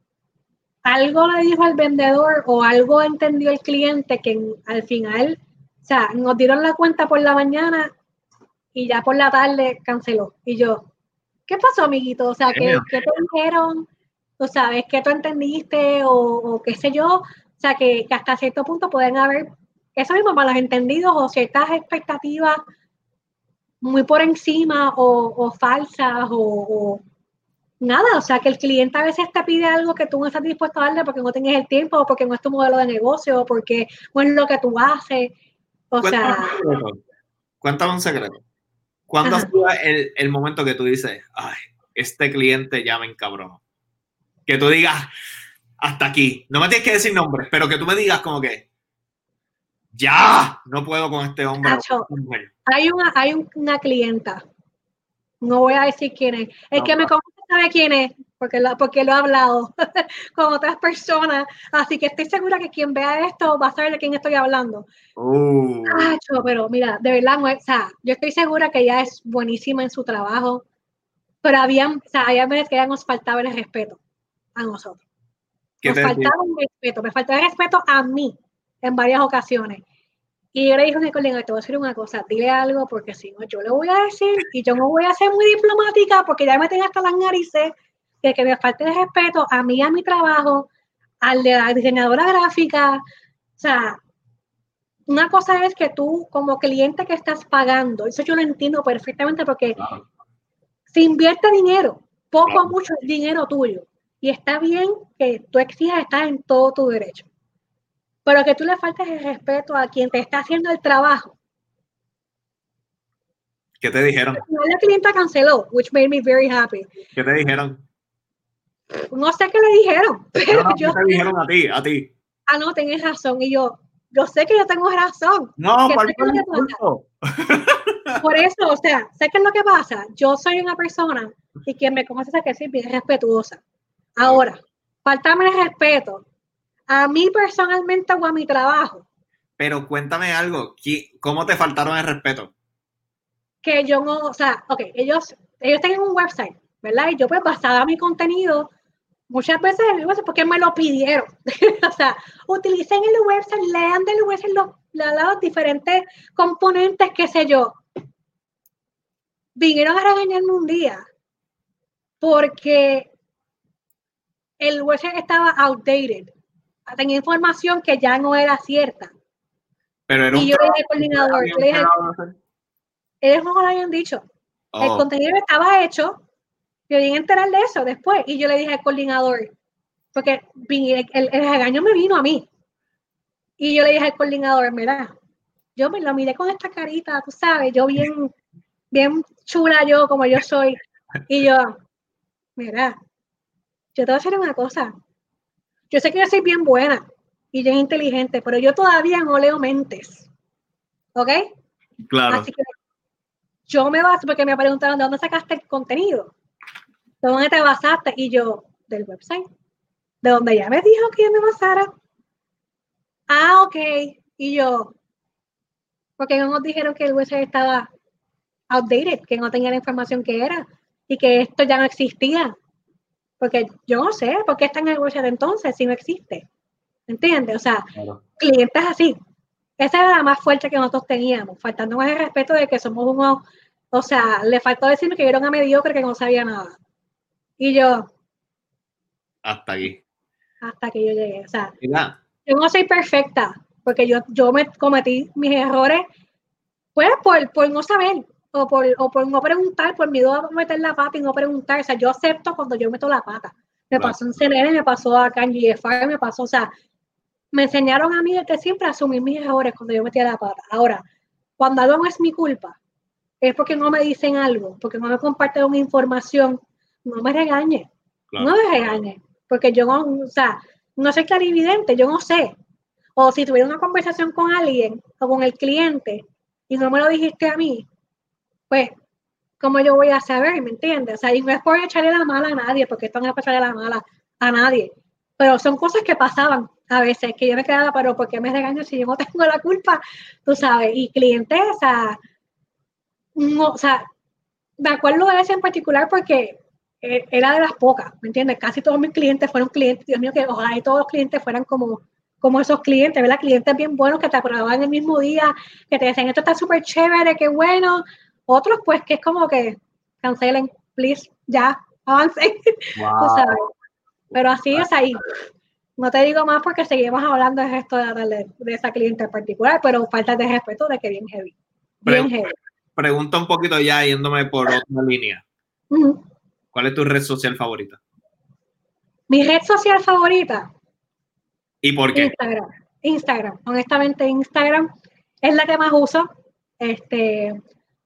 Algo le dijo al vendedor o algo entendió el cliente que al final, o sea, nos dieron la cuenta por la mañana y ya por la tarde canceló. Y yo, ¿qué pasó, amiguito? O sea, ¿qué, ¿qué te dijeron? ¿Tú sabes qué tú entendiste? O, o qué sé yo. O sea, que, que hasta cierto punto pueden haber eso mismo, malos entendidos o ciertas expectativas muy por encima o, o falsas o, o, nada, o sea, que el cliente a veces te pide algo que tú no estás dispuesto a darle porque no tienes el tiempo, o porque no es tu modelo de negocio, o porque no es lo que tú haces. O Cuéntame sea, un secreto. Cuéntame un secreto. ¿Cuándo ha sido el, el momento que tú dices, ay, este cliente ya me encabronó? Que tú digas, hasta aquí. No me tienes que decir nombres, pero que tú me digas como que, ya, no puedo con este hombre. Nacho, hay una, hay una clienta, no voy a decir quién es. El No, que me conoce sabe quién es, porque lo, porque lo he hablado con otras personas. Así que estoy segura que quien vea esto va a saber de quién estoy hablando. Uh. Nacho, pero mira, de verdad, o sea, yo estoy segura que ella es buenísima en su trabajo, pero había, o sea, había veces que ella nos faltaba el respeto a nosotros. Nos faltaba el respeto, me faltaba el respeto a mí en varias ocasiones. Y yo le dije a mi colega, te voy a decir una cosa, dile algo porque si no, yo le voy a decir y yo no voy a ser muy diplomática porque ya me tengo hasta las narices de que me falte el respeto a mí, a mi trabajo, al de la diseñadora gráfica. O sea, una cosa es que tú como cliente que estás pagando, eso yo lo entiendo perfectamente porque Claro. se invierte dinero, poco claro. o mucho es dinero tuyo. Y está bien que tú exijas estar en todo tu derecho. Pero que tú le faltes el respeto a quien te está haciendo el trabajo. ¿Qué te dijeron? La clienta canceló, which made me very happy. ¿Qué te dijeron? No sé qué le dijeron. Pero no, no, yo ¿qué te dijeron a ti? A ti. Ah, no, tenés razón. Y yo, yo sé que yo tengo razón. No, que ¿cuál sé fue que el punto? Por eso, o sea, sé qué es lo que pasa. Yo soy una persona y quien me conoce sabe que soy bien respetuosa. Ahora, okay. faltarme el respeto a mí personalmente o a mi trabajo. Pero cuéntame algo, ¿cómo te faltaron el respeto? Que yo no, o sea, ok, ellos, ellos tienen un website, ¿verdad? Y yo pues basada mi contenido, muchas veces porque me lo pidieron. O sea, utilicen el website, lean del website los, los diferentes componentes, qué sé yo. Vinieron a regañarme un día porque el website estaba outdated. Tenía información que ya no era cierta. Pero era un y yo le dije al coordinador, le dije, ellos no lo habían dicho. Oh. El contenido estaba hecho, yo vine a enterar de eso después. Y yo le dije al coordinador, porque el, el, el regaño me vino a mí. Y yo le dije al coordinador, mira, yo me lo miré con esta carita, tú sabes, yo bien, bien chula yo, como yo soy. Y yo, mira, yo te voy a decir una cosa. Yo sé que yo soy bien buena y bien inteligente, pero yo todavía no leo mentes. ¿Ok? Claro. Así que yo me baso, porque me preguntaron, ¿de dónde sacaste el contenido? ¿De dónde te basaste? Y yo, del website. De donde ya me dijo que yo me basara. Ah, ok. Y yo, porque no nos dijeron que el website estaba outdated, que no tenía la información que era y que esto ya no existía. Porque yo no sé por qué está en el website entonces si no existe. ¿Entiendes? O sea, claro. Clientes así. Esa era la más fuerte que nosotros teníamos, faltándonos el respeto de que somos unos, o sea, le faltó decirme que yo era una mediocre que no sabía nada. Y yo. Hasta aquí. Hasta que yo llegué. O sea, Mira. Yo no soy perfecta, porque yo, yo me cometí mis errores, pues por, por no saber, o por, o por no preguntar, por miedo a meter la pata y no preguntar. O sea, yo acepto cuando yo meto la pata. Me claro. pasó en C N N, me pasó acá en G F R, me pasó, o sea, me enseñaron a mí desde siempre a asumir mis errores cuando yo metía la pata. Ahora, cuando algo no es mi culpa, es porque no me dicen algo, porque no me comparten una información, no me regañe, claro. no me regañe, porque yo no, o sea, no soy clarividente, yo no sé. O si tuviera una conversación con alguien o con el cliente y no me lo dijiste a mí, pues, ¿cómo yo voy a saber? ¿Me entiendes? O sea, y no es por echarle la mala a nadie, porque esto no es para echarle la mala a nadie, pero son cosas que pasaban a veces, que yo me quedaba, pero ¿por qué me regaño si yo no tengo la culpa? Tú sabes, y clientes, o sea, no, o sea, me acuerdo de ese en particular porque era de las pocas, ¿me entiendes? Casi todos mis clientes fueron clientes, Dios mío, que ojalá y todos los clientes fueran como, como esos clientes, ¿verdad? Clientes bien buenos que te aprobaban el mismo día, que te decían, esto está súper chévere, qué bueno. Otros, pues, que es como que cancelen, please, ya, avancen, wow. Tú sabes. Pero así es ahí. No te digo más porque seguimos hablando de esto de, de, de esa cliente en particular, pero falta de respeto de que bien heavy. Bien Pre heavy. Pregunta un poquito ya yéndome por otra línea. Uh-huh. ¿Cuál es tu red social favorita? Mi red social favorita. ¿Y por qué? Instagram. Instagram. Honestamente, Instagram es la que más uso. Este,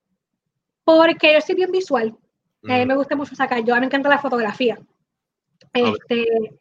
porque yo soy bien visual. Mm. A mí me gusta mucho sacar. Yo a mí me encanta la fotografía. Este, okay.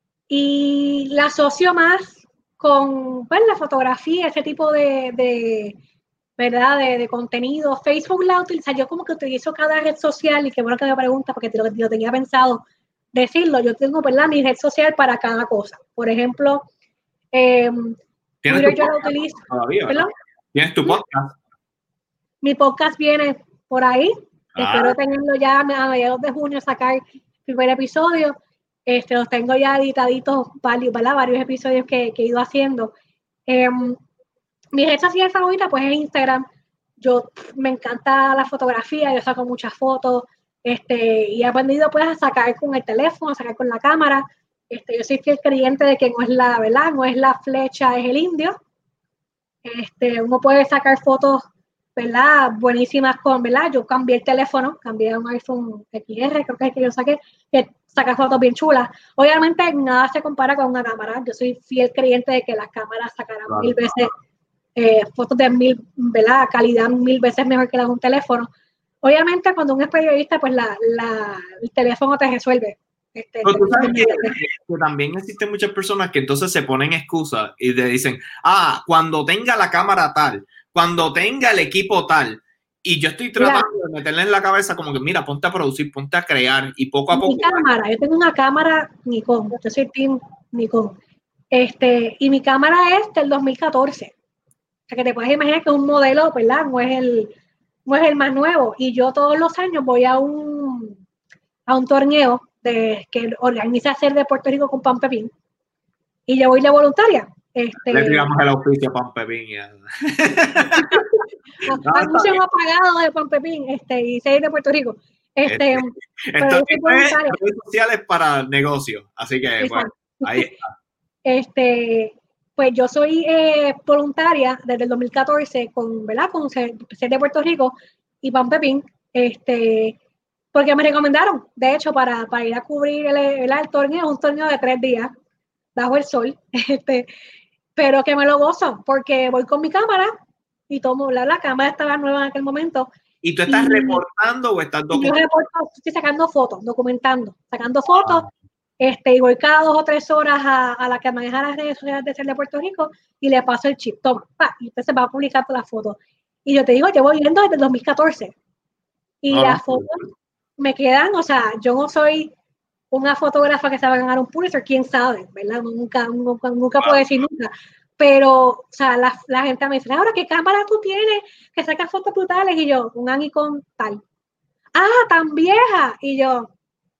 Y la asocio más con pues, la fotografía, ese tipo de, de ¿verdad? De, de contenido. Facebook la utiliza. Yo como que utilizo cada red social y qué bueno que me preguntas porque lo, lo tenía pensado decirlo. Yo tengo, ¿verdad? Mi red social para cada cosa. Por ejemplo, eh, Twitter yo lo utilizo. Todavía, ¿verdad? ¿Tienes tu podcast? Mi podcast viene por ahí. Ah. Espero tenerlo ya a mediados de junio, sacar el primer episodio. Este, los tengo ya editaditos, varios, ¿verdad? Varios episodios que, que he ido haciendo. Eh, mi red social favorita, pues, es Instagram. Yo me encanta la fotografía, yo saco muchas fotos, este, y he aprendido, pues, a sacar con el teléfono, a sacar con la cámara. Este, yo soy fiel creyente de que no es la, ¿verdad? No es la flecha, es el indio. Este, uno puede sacar fotos, ¿verdad? Buenísimas con, ¿verdad? Yo cambié el teléfono, cambié a un iPhone X R, creo que es el que yo saqué, que saca fotos bien chulas. Obviamente nada se compara con una cámara. Yo soy fiel creyente de que las cámaras sacarán claro. mil veces eh, fotos de mil, ¿verdad? Calidad mil veces mejor que la de un teléfono. Obviamente cuando uno es periodista, pues la, la, el teléfono te resuelve. Este, Pero tú sabes que, que también existen muchas personas que entonces se ponen excusas y te dicen, ah, cuando tenga la cámara tal, cuando tenga el equipo tal, y yo estoy tratando mira, de meterle en la cabeza como que, mira, ponte a producir, ponte a crear, y poco a mi poco... Mi cámara, yo tengo una cámara Nikon, yo soy team Nikon, este, y mi cámara es del dos mil catorce, o sea que te puedes imaginar que es un modelo, ¿verdad? No es el, no es el más nuevo, y yo todos los años voy a un, a un torneo de, que organiza Ser de Puerto Rico con Pan Pepín, y yo voy de voluntaria. Este, Le tiramos el auspicio a Pan Pepín. Ya. no, Anuncio no pagado de Pan Pepín este, y Ser de Puerto Rico. Este, este, esto es redes sociales para negocios, así que bueno, ahí está. Este, pues yo soy eh, voluntaria desde el dos mil catorce con, ¿verdad? Con Ser de Puerto Rico y Pan Pepín, este, porque me recomendaron, de hecho, para, para ir a cubrir el, el, el torneo, un torneo de tres días bajo el sol, este, pero que me lo gozo, porque voy con mi cámara y tomo, la, la cámara estaba nueva en aquel momento. ¿Y tú estás y, reportando o estás documentando? Yo reporto, estoy sacando fotos, documentando, sacando fotos, ah. este, y voy cada dos o tres horas a, a la que maneja las redes sociales de Ser de Puerto Rico y le paso el chip, toma, pa, y entonces va a publicar todas las fotos. Y yo te digo, llevo viendo desde el dos mil catorce. Y no, las fotos no. me quedan, o sea, yo no soy una fotógrafa que se va a ganar un Pulitzer, quién sabe, ¿verdad? Nunca, nunca, nunca puedo decir nunca. Pero, o sea, la, la gente me dice, ahora, ¿qué cámara tú tienes que sacas fotos brutales? Y yo, un Nikon tal. Ah, tan vieja. Y yo,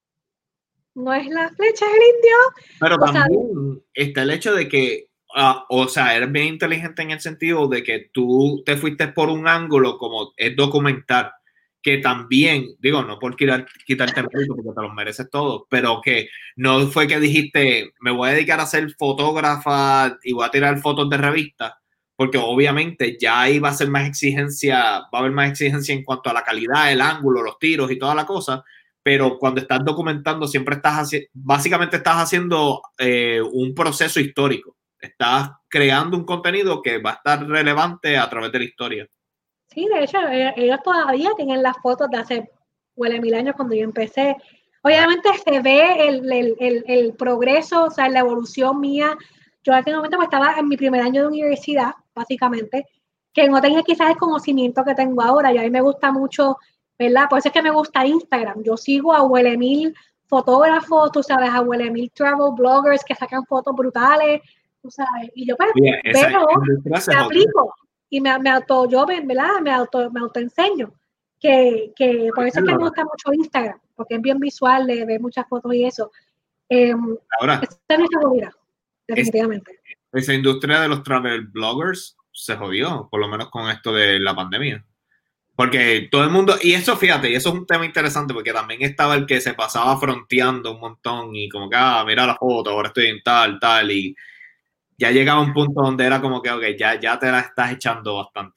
no es la flecha del indio. Pero o también sea, está el hecho de que, uh, o sea, eres bien inteligente en el sentido de que tú te fuiste por un ángulo como es documentar, que también, digo, no por quitar, quitarte mérito porque te los mereces todos, pero que no fue que dijiste, me voy a dedicar a ser fotógrafa y voy a tirar fotos de revistas, porque obviamente ya ahí va a ser más exigencia, va a haber más exigencia en cuanto a la calidad, el ángulo, los tiros y toda la cosa, pero cuando estás documentando siempre estás haciendo, básicamente estás haciendo eh, un proceso histórico, estás creando un contenido que va a estar relevante a través de la historia. Sí, de hecho, ellos todavía tienen las fotos de hace huele mil años cuando yo empecé. Obviamente se ve el, el, el, el progreso, o sea, la evolución mía. Yo en aquel momento pues, estaba en mi primer año de universidad, básicamente, que no tenía quizás el conocimiento que tengo ahora. Y a mí me gusta mucho, ¿verdad? Por eso es que me gusta Instagram. Yo sigo a huele mil fotógrafos, tú sabes, a huele mil travel bloggers que sacan fotos brutales, tú sabes. Y yo pues yeah, veo, me aplico. Y me, me auto, yo, ¿verdad? Me auto, me autoenseño. Que, que por eso es que me gusta mucho Instagram, porque es bien visual, de ver muchas fotos y eso. Eh, Ahora, esa es mi favorita, definitivamente. Es, esa industria de los travel bloggers se jodió, por lo menos con esto de la pandemia. Porque todo el mundo, y eso fíjate, y eso es un tema interesante, porque también estaba el que se pasaba fronteando un montón y como que, ah, mira la foto, ahora estoy en tal, tal, y ya llegaba un punto donde era como que, ok, ya, ya te la estás echando bastante.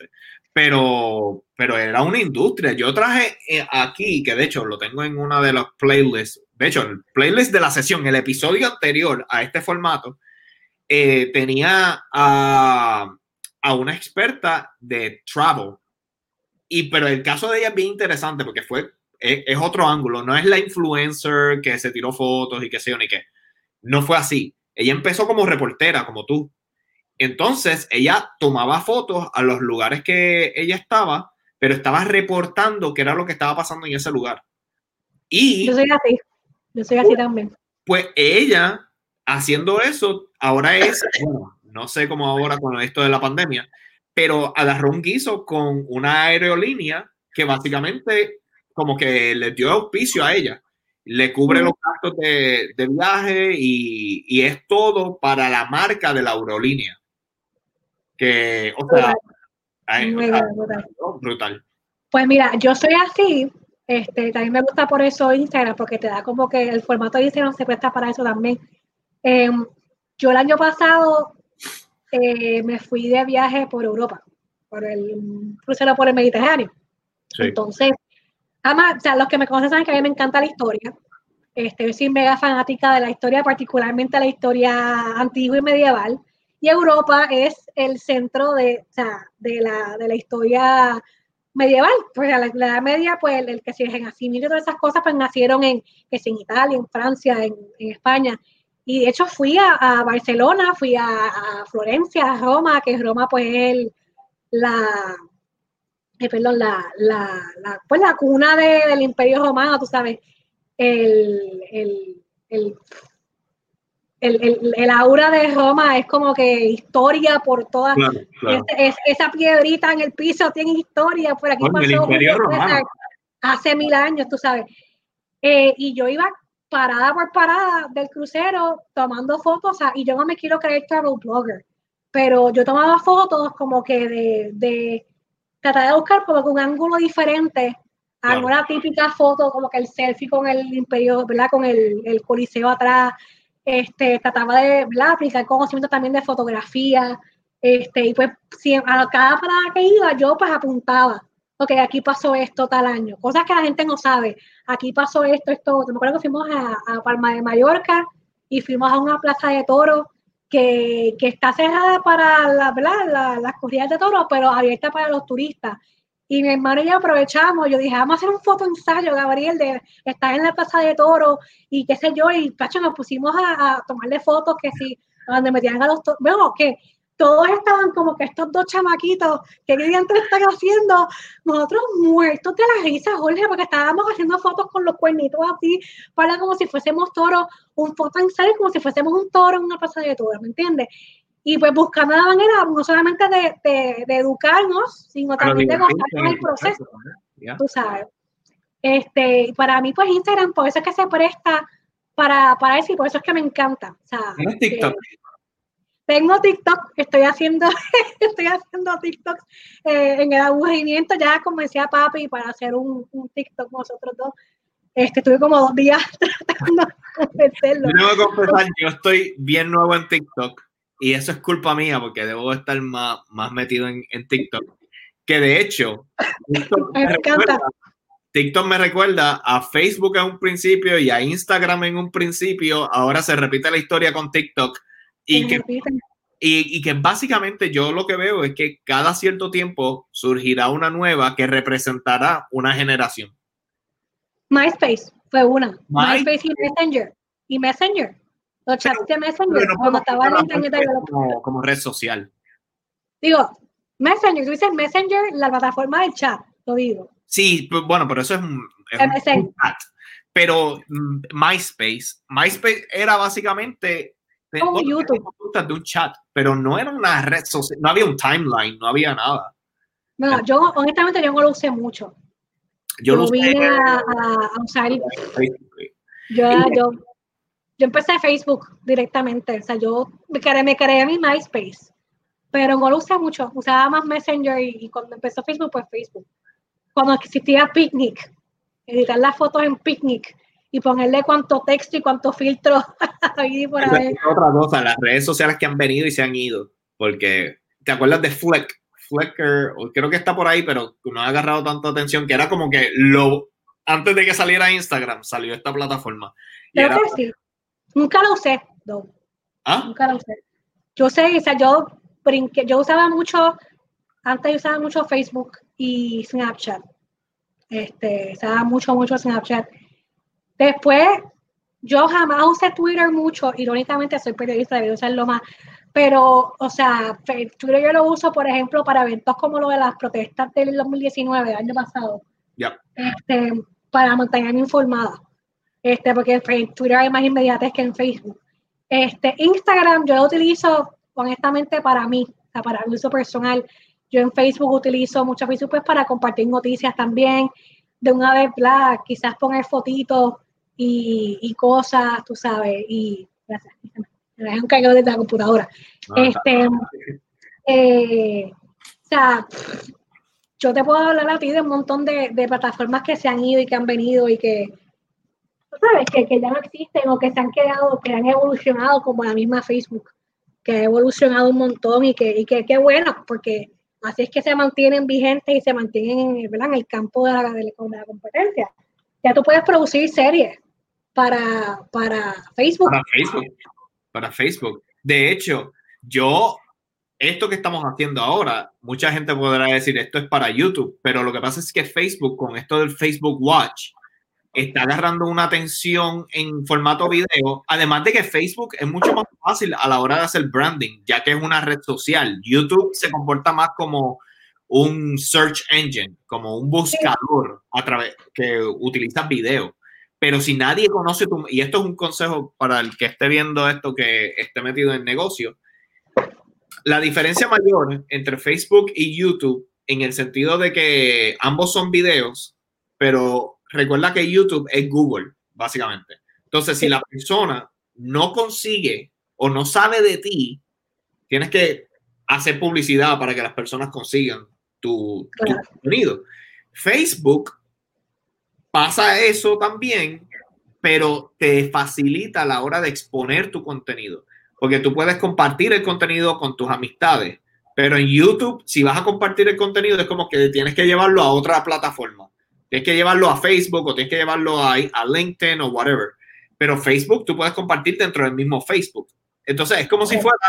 pero, pero era una industria. Yo traje eh, aquí, que de hecho lo tengo en una de las playlists, de hecho, el playlist de la sesión, el episodio anterior a este formato, eh, tenía a, a una experta de travel. Y, pero el caso de ella es bien interesante porque fue, es, es otro ángulo. No es la influencer que se tiró fotos y qué sé yo ni qué. No fue así. Ella empezó como reportera, como tú. Entonces, ella tomaba fotos a los lugares que ella estaba, pero estaba reportando qué era lo que estaba pasando en ese lugar. Y yo soy así. Yo soy así pues, también. Pues ella, haciendo eso, ahora es, bueno, no sé cómo ahora con esto de la pandemia, pero agarró un guiso con una aerolínea que básicamente como que le dio auspicio a ella. Le cubre los gastos de, de viaje y, y es todo para la marca de la aerolínea. Que, o sea, ay, o sea, brutal. brutal. Pues mira, yo soy así. Este, también me gusta por eso Instagram, porque te da como que el formato de Instagram se presta para eso también. Eh, yo el año pasado eh, me fui de viaje por Europa, por el crucero por el Mediterráneo. Sí. Entonces, además, o sea, los que me conocen saben que a mí me encanta la historia. Este, yo soy mega fanática de la historia, particularmente la historia antigua y medieval. Y Europa es el centro de, o sea, de, la, de la historia medieval. Pues la, la Edad Media, pues el, el que se renacimiento y todas esas cosas, pues nacieron en, pues, en Italia, en Francia, en, en España. Y de hecho fui a, a Barcelona, fui a, a Florencia, a Roma, que Roma pues es el, la, eh, perdón, la, la, la, pues, la cuna de, del Imperio Romano, tú sabes. El, el, el, el, el, el aura de Roma es como que historia por todas. Claro, claro. Es, es, esa piedrita en el piso tiene historia. Por aquí Bueno, pasó el Imperio Romano. Hace mil años, tú sabes. Eh, y yo iba parada por parada del crucero tomando fotos. O sea, y yo no me quiero creer travel blogger, pero yo tomaba fotos como que de, de tratar de buscar como que un ángulo diferente. Claro. A una típica foto como que el selfie con el imperio, ¿verdad? Con el, el coliseo atrás. Este, trataba de, ¿verdad? Aplicar conocimiento también de fotografía. Este, y pues si a cada parada que iba yo pues apuntaba. Ok, aquí pasó esto tal año. Cosas que la gente no sabe. Aquí pasó esto, esto, otro. Me acuerdo que fuimos a, a Palma de Mallorca y fuimos a una plaza de toros que, que está cerrada para la, ¿verdad? La, las corridas de toros, pero abierta para los turistas. Y mi hermano y yo aprovechamos, yo dije, vamos a hacer un foto ensayo, Gabriel, de estar en la plaza de toros y qué sé yo, y pacho, nos pusimos a, a tomarle fotos que si, donde metían a los toros, bueno, que todos estaban como que estos dos chamaquitos, que diantre están haciendo, nosotros muertos de la risa, Jorge, porque estábamos haciendo fotos con los cuernitos así, para como si fuésemos toros, un foto ensayo como si fuésemos un toro en una plaza de toros, ¿me entiendes? Y pues buscando la manera, no solamente de, de, de educarnos, sino Pero también de gozar el proceso, yeah. Tú sabes. Este, para mí, pues Instagram, por eso es que se presta para, para eso y por eso es que me encanta. O sea, ¿Tienes TikTok? Eh, tengo TikTok, estoy haciendo, estoy haciendo TikToks eh, en el aburrimiento, ya comencé a papi para hacer un, un TikTok nosotros dos. Este, estuve como dos días tratando de convencerlo. Yo debo confesar, yo estoy bien nuevo en TikTok. Y eso es culpa mía porque debo estar más, más metido en, en TikTok. Que de hecho, TikTok me, me recuerda, TikTok me recuerda a Facebook en un principio y a Instagram en un principio. Ahora se repite la historia con TikTok. Y que, y, y que básicamente yo lo que veo es que cada cierto tiempo surgirá una nueva que representará una generación. MySpace fue una. My... MySpace y Messenger. Y Messenger. Los chats de Messenger, no cuando estaba en internet como, como red social. Digo, Messenger, tú dices Messenger, la plataforma del chat, lo digo. Sí, bueno, pero eso es un, es un chat. Pero um, MySpace, MySpace era básicamente como bueno, YouTube. De un chat, pero no era una red social, no había un timeline, no había nada. No, pero, yo honestamente yo no lo usé mucho. Yo, yo lo usé, vine a, a usar. Yo, yo Yo empecé Facebook directamente, o sea, yo me creé, me creé mi MySpace, pero no lo usé mucho, usaba más Messenger y, y cuando empezó Facebook, pues Facebook. Cuando existía Picnic, editar las fotos en Picnic y ponerle cuánto texto y cuánto filtro ahí por ahí. Es otra cosa, las redes sociales que han venido y se han ido, porque ¿te acuerdas de Fleck? Flickr, o creo que está por ahí, pero no ha agarrado tanta atención, que era como que lo antes de que saliera Instagram, salió esta plataforma. Creo era, que sí. Nunca lo usé, no. ¿Ah? Nunca lo usé. Yo sé, o sea, yo brinqué, yo usaba mucho, antes usaba mucho Facebook y Snapchat. Este, usaba mucho, mucho Snapchat. Después, yo jamás usé Twitter mucho, irónicamente soy periodista, debería usarlo más. Pero, o sea, Twitter yo lo uso, por ejemplo, para eventos como lo de las protestas del dos mil diecinueve, el año pasado. Yeah. Este, para mantenerme informada. Este, porque en Twitter hay más inmediatez que en Facebook. Este, Instagram yo lo utilizo, honestamente, para mí, o sea, para el uso personal. Yo en Facebook utilizo mucho Facebook pues, para compartir noticias también. De una vez, bla, quizás poner fotitos y, y cosas, tú sabes, y gracias. Me dejé un cayó desde la computadora. Ah, este, eh, o sea, yo te puedo hablar a ti de un montón de, de plataformas que se han ido y que han venido y que, ¿sabes? Que, que ya no existen o que se han quedado, que han evolucionado como la misma Facebook, que ha evolucionado un montón y que, y que qué bueno, porque así es que se mantienen vigentes y se mantienen, ¿verdad?, en el campo de la, de la competencia. Ya tú puedes producir series para, para Facebook. Para Facebook. Para Facebook. De hecho, yo, esto que estamos haciendo ahora, mucha gente podrá decir esto es para YouTube, pero lo que pasa es que Facebook, con esto del Facebook Watch, está agarrando una atención en formato video, además de que Facebook es mucho más fácil a la hora de hacer branding, ya que es una red social. YouTube se comporta más como un search engine, como un buscador a través que utiliza video. Pero si nadie conoce tu, y esto es un consejo para el que esté viendo esto, que esté metido en negocio, la diferencia mayor entre Facebook y YouTube, en el sentido de que ambos son videos, pero recuerda que YouTube es Google, básicamente. Entonces, si la persona no consigue o no sabe de ti, tienes que hacer publicidad para que las personas consigan tu, tu contenido. Facebook pasa eso también, pero te facilita a la hora de exponer tu contenido, porque tú puedes compartir el contenido con tus amistades, pero en YouTube, si vas a compartir el contenido, es como que tienes que llevarlo a otra plataforma. Tienes que llevarlo a Facebook o tienes que llevarlo a, a LinkedIn o whatever. Pero Facebook, tú puedes compartir dentro del mismo Facebook. Entonces, es como si fuera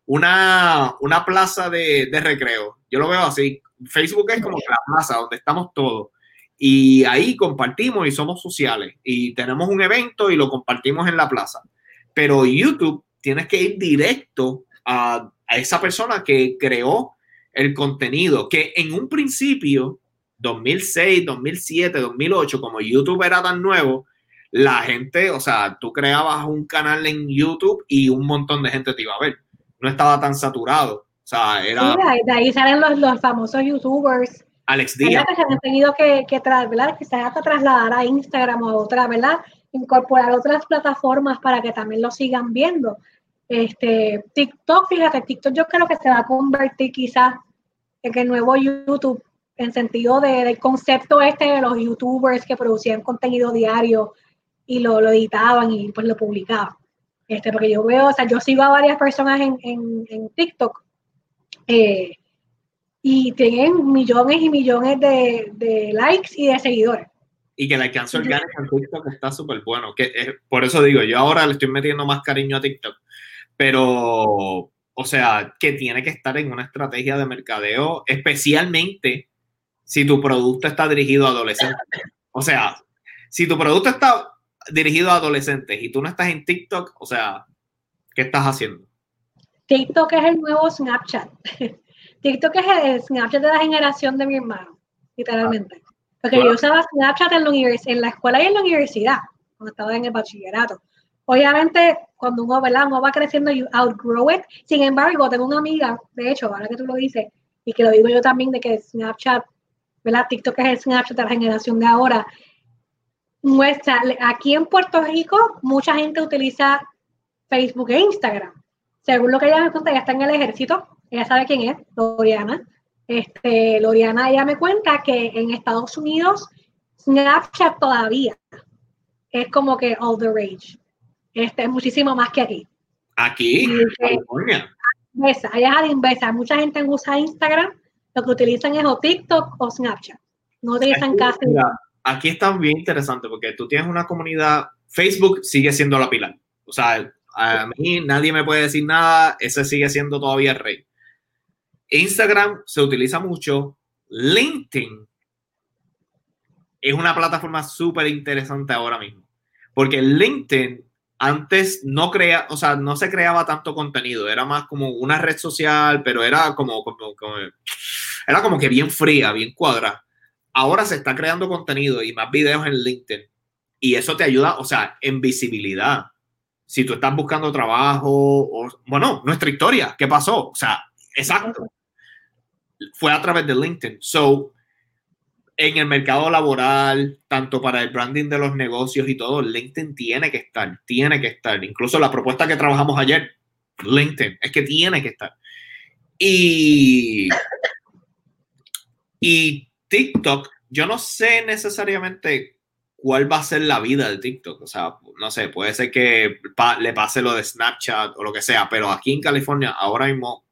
una, una plaza de, de recreo. Yo lo veo así. Facebook es como la plaza donde estamos todos. Y ahí compartimos y somos sociales. Y tenemos un evento y lo compartimos en la plaza. Pero YouTube, tienes que ir directo a, a esa persona que creó el contenido. Que en un principio, dos mil seis, dos mil siete, dos mil ocho, como YouTube era tan nuevo, la gente, o sea, tú creabas un canal en YouTube y un montón de gente te iba a ver. No estaba tan saturado. O sea, era... Sí, de ahí salen los, los famosos YouTubers. Alex Díaz. Que se han tenido que, que tra ¿verdad? Quizás hasta trasladar a Instagram o a otra, ¿verdad? Incorporar otras plataformas para que también lo sigan viendo. Este, TikTok, fíjate, TikTok yo creo que se va a convertir quizás en el nuevo YouTube, en sentido de, del concepto este de los YouTubers que producían contenido diario y lo, lo editaban y pues lo publicaban. Este, porque yo veo, o sea, yo sigo a varias personas en, en, en TikTok eh, y tienen millones y millones de, de likes y de seguidores. Y que el alcance orgánico en TikTok está súper bueno. Que es, por eso digo, yo ahora le estoy metiendo más cariño a TikTok. Pero, o sea, que tiene que estar en una estrategia de mercadeo, especialmente si tu producto está dirigido a adolescentes. O sea, si tu producto está dirigido a adolescentes y tú no estás en TikTok, o sea, ¿qué estás haciendo? TikTok es el nuevo Snapchat. TikTok es el Snapchat de la generación de mi hermano, literalmente. Porque bueno, yo usaba Snapchat en la, en la escuela y en la universidad, cuando estaba en el bachillerato. Obviamente, cuando uno, ¿verdad? uno va creciendo, you outgrow it. Sin embargo, tengo una amiga, de hecho, ahora que tú lo dices, y que lo digo yo también, de que Snapchat, ¿verdad? TikTok es el Snapchat de la generación de ahora. Muestra, aquí en Puerto Rico, mucha gente utiliza Facebook e Instagram. Según lo que ella me cuenta, ella está en el ejército, ella sabe quién es, Loriana. Este, Loriana, ella me cuenta que en Estados Unidos, Snapchat todavía es como que all the rage. Este, es muchísimo más que aquí. Aquí, en California. Allá es a la inversa. Mucha gente usa Instagram lo que utilizan es o TikTok o Snapchat. No utilizan aquí, casi. Mira, aquí está bien interesante porque tú tienes una comunidad, Facebook sigue siendo la pilar. O sea, a mí nadie me puede decir nada, ese sigue siendo todavía el rey. Instagram se utiliza mucho. LinkedIn es una plataforma súper interesante ahora mismo. Porque LinkedIn antes no crea, o sea, no se creaba tanto contenido, era más como una red social, pero era como, como, como era como que bien fría, bien cuadrada. Ahora se está creando contenido y más videos en LinkedIn. Y eso te ayuda, o sea, en visibilidad. Si tú estás buscando trabajo, o, bueno, nuestra historia, ¿qué pasó? O sea, exacto. Fue a través de LinkedIn. So, en el mercado laboral, tanto para el branding de los negocios y todo, LinkedIn tiene que estar, tiene que estar. Incluso la propuesta que trabajamos ayer, LinkedIn, es que tiene que estar. Y, y TikTok, yo no sé necesariamente cuál va a ser la vida de TikTok. O sea, no sé, puede ser que pa, le pase lo de Snapchat o lo que sea, pero aquí en California ahora mismo,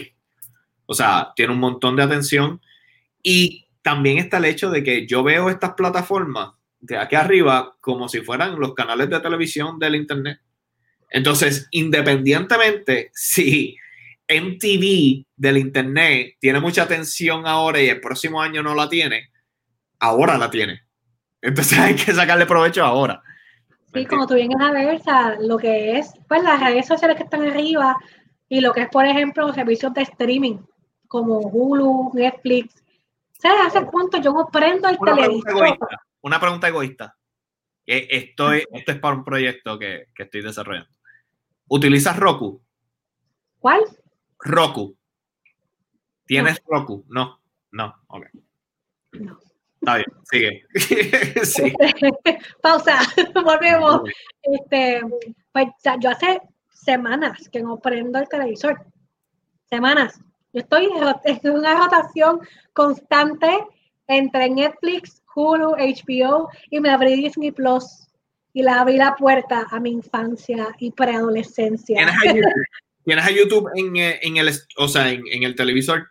o sea, tiene un montón de atención. Y también está el hecho de que yo veo estas plataformas de aquí arriba como si fueran los canales de televisión del internet. Entonces, independientemente si M T V del internet tiene mucha atención ahora y el próximo año no la tiene, ahora la tiene. Entonces hay que sacarle provecho ahora. Sí, como tú vienes a ver, o sea, lo que es, pues las redes sociales que están arriba y lo que es, por ejemplo, los servicios de streaming, como Hulu, Netflix. ¿Sabes hace cuánto yo no prendo el Una pregunta televisor? egoísta. Una pregunta egoísta. Estoy, esto es para un proyecto que, que estoy desarrollando. ¿Utilizas Roku? ¿Cuál? Roku. ¿Tienes no. Roku? No, no, ok. No. Está bien, sigue. Sí. Pausa, volvemos. Este, pues yo hace semanas que no prendo el televisor. Semanas. Yo estoy en una rotación constante entre Netflix, Hulu, H B O y me abrí Disney Plus y le abrí la puerta a mi infancia y preadolescencia. ¿Tienes a YouTube, ¿Tienes a YouTube en, en, el, o sea, en, en el televisor?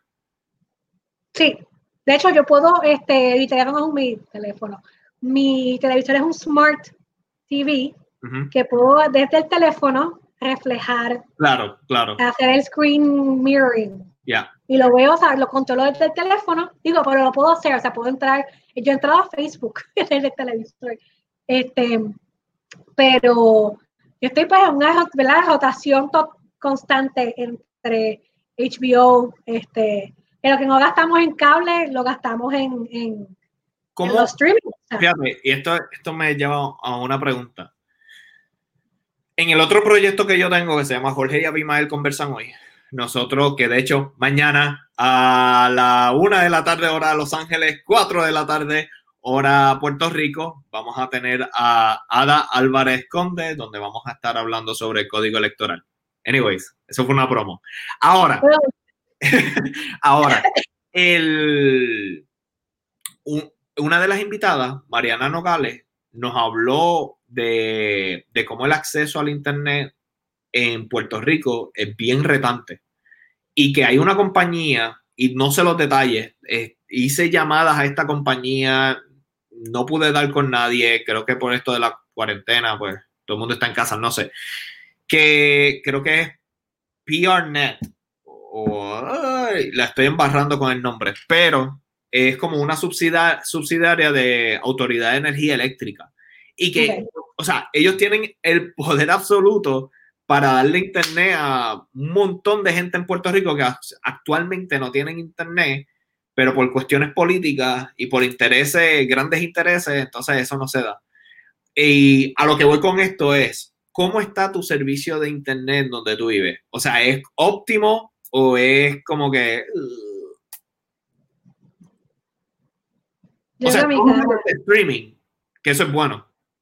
Sí. De hecho, yo puedo, este, mi teléfono es mi teléfono. Mi televisor es un Smart T V uh-huh. que puedo desde el teléfono reflejar. Claro, claro. Hacer el screen mirroring. Yeah. Y lo veo, o sea, lo controlo desde el teléfono. Digo, pero lo puedo hacer, o sea, puedo entrar. Yo he entrado a Facebook desde el televisor. Este, pero yo estoy pues en una, ¿verdad?, rotación to- constante entre H B O, este, que lo que no gastamos en cable, lo gastamos en, en, ¿Cómo? en los streaming. O sea. Fíjate, y esto, esto me lleva a una pregunta. En el otro proyecto que yo tengo, que se llama Jorge y Abimael Conversan Hoy, nosotros, que de hecho mañana a la una de la tarde, hora de Los Ángeles, cuatro de la tarde, hora Puerto Rico, vamos a tener a Ada Álvarez Conde, donde vamos a estar hablando sobre el código electoral. Anyways, eso fue una promo. Ahora, ahora, el, un, una de las invitadas, Mariana Nogales, nos habló de, de cómo el acceso al internet en Puerto Rico es bien retante y que hay una compañía, y no sé los detalles, eh, hice llamadas a esta compañía, no pude dar con nadie, creo que por esto de la cuarentena, pues todo el mundo está en casa, no sé, que creo que es P R Net, o ay, la estoy embarrando con el nombre, pero es como una subsidia, subsidiaria de Autoridad de Energía Eléctrica. Y que, okay. o sea, ellos tienen el poder absoluto para darle internet a un montón de gente en Puerto Rico que actualmente no tienen internet, pero por cuestiones políticas y por intereses, grandes intereses, entonces eso no se da. Y a lo que voy con esto es, ¿cómo está tu servicio de internet donde tú vives? O sea, ¿es óptimo o es como que... Yo o sea, mi streaming, que eso es bueno.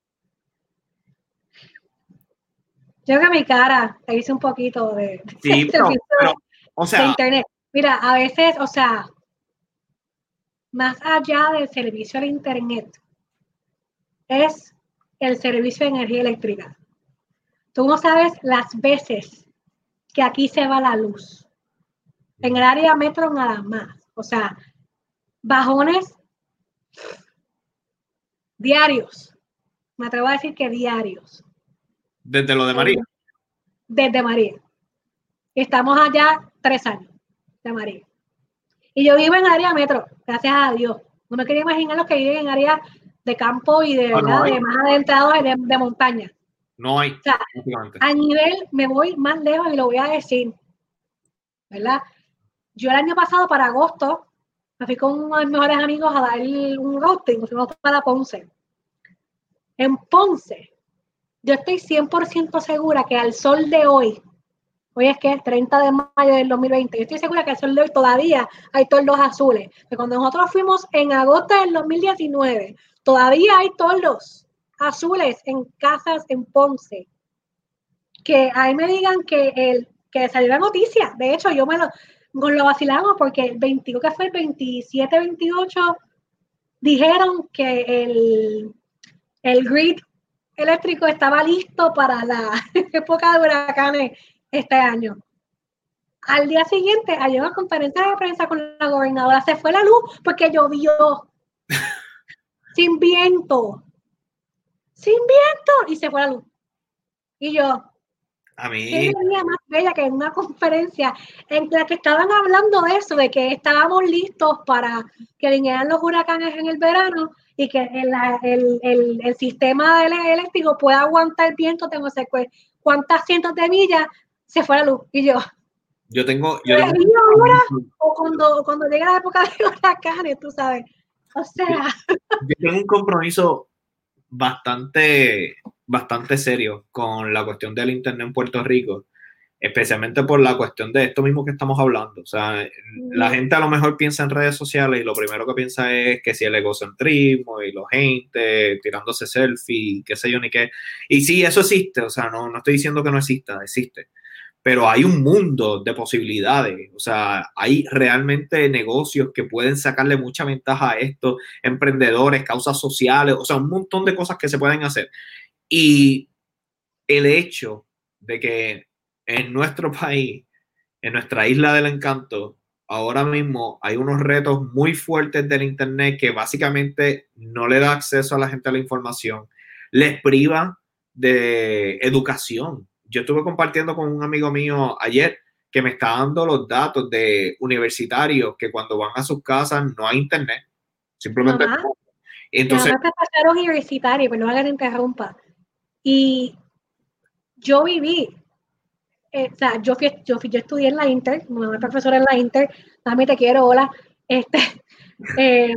Yo que mi cara te hice un poquito de, sí, de, pero, pero, o sea, de internet. Mira, a veces, o sea, más allá del servicio de internet, es el servicio de energía eléctrica. Tú no sabes las veces que aquí se va la luz. En el área metro nada más. O sea, bajones diarios. Me atrevo a decir que diarios. Desde lo de María. Desde María. Estamos allá tres años de María. Y yo vivo en área metro, gracias a Dios. No me quería imaginar los que viven en áreas de campo y de, no, ¿verdad? No de más adentrados de, de montaña. No hay. O sea, a nivel, me voy más lejos y lo voy a decir, ¿verdad? Yo el año pasado, para agosto, me fui con uno de mis mejores amigos a dar un roasting, nos fuimos para Ponce. En Ponce, yo estoy cien por ciento segura que al sol de hoy, hoy es que es treinta de mayo del dos mil veinte, yo estoy segura que al sol de hoy todavía hay toldos azules. Que cuando nosotros fuimos en agosto del dos mil diecinueve, todavía hay toldos azules en casas en Ponce. Que ahí me digan que, el, que salió la noticia. De hecho, yo me lo, nos lo vacilamos porque el veinte, que fue el veintisiete, veintiocho, dijeron que el, el grid eléctrico estaba listo para la época de huracanes este año. Al día siguiente, hay una conferencia de prensa con la gobernadora, se fue la luz porque llovió. Sin viento. Sin viento. Y se fue la luz. Y yo, a mí, qué día más bella que en una conferencia en la que estaban hablando de eso, de que estábamos listos para que vinieran los huracanes en el verano y que el, el, el, el sistema eléctrico pueda aguantar viento de no sé cuántas cientos de millas, se fue la luz. Y yo, yo tengo, yo tengo ahora, o cuando, cuando llega la época de huracanes, tú sabes. O sea, yo, yo tengo un compromiso bastante, bastante serio con la cuestión del internet en Puerto Rico, especialmente por la cuestión de esto mismo que estamos hablando. O sea, mm. la gente a lo mejor piensa en redes sociales y lo primero que piensa es que si el egocentrismo y la gente tirándose selfie, qué sé yo ni qué. Y sí, eso existe, o sea, no, no estoy diciendo que no exista, existe. Pero hay un mundo de posibilidades, o sea, hay realmente negocios que pueden sacarle mucha ventaja a esto, emprendedores, causas sociales, o sea, un montón de cosas que se pueden hacer. Y el hecho de que en nuestro país, en nuestra isla del encanto, ahora mismo hay unos retos muy fuertes del internet que básicamente no le da acceso a la gente a la información, les priva de educación. Yo estuve compartiendo con un amigo mío ayer que me está dando los datos de universitarios que cuando van a sus casas no hay internet. Simplemente. Mamá, entonces. Mamá, te universitario, pero no hagan interrumpa. Y yo viví, eh, o sea, yo, fui, yo, fui, yo estudié en la Inter, mi mamá es profesora en la Inter, mami te quiero, hola. Este, eh,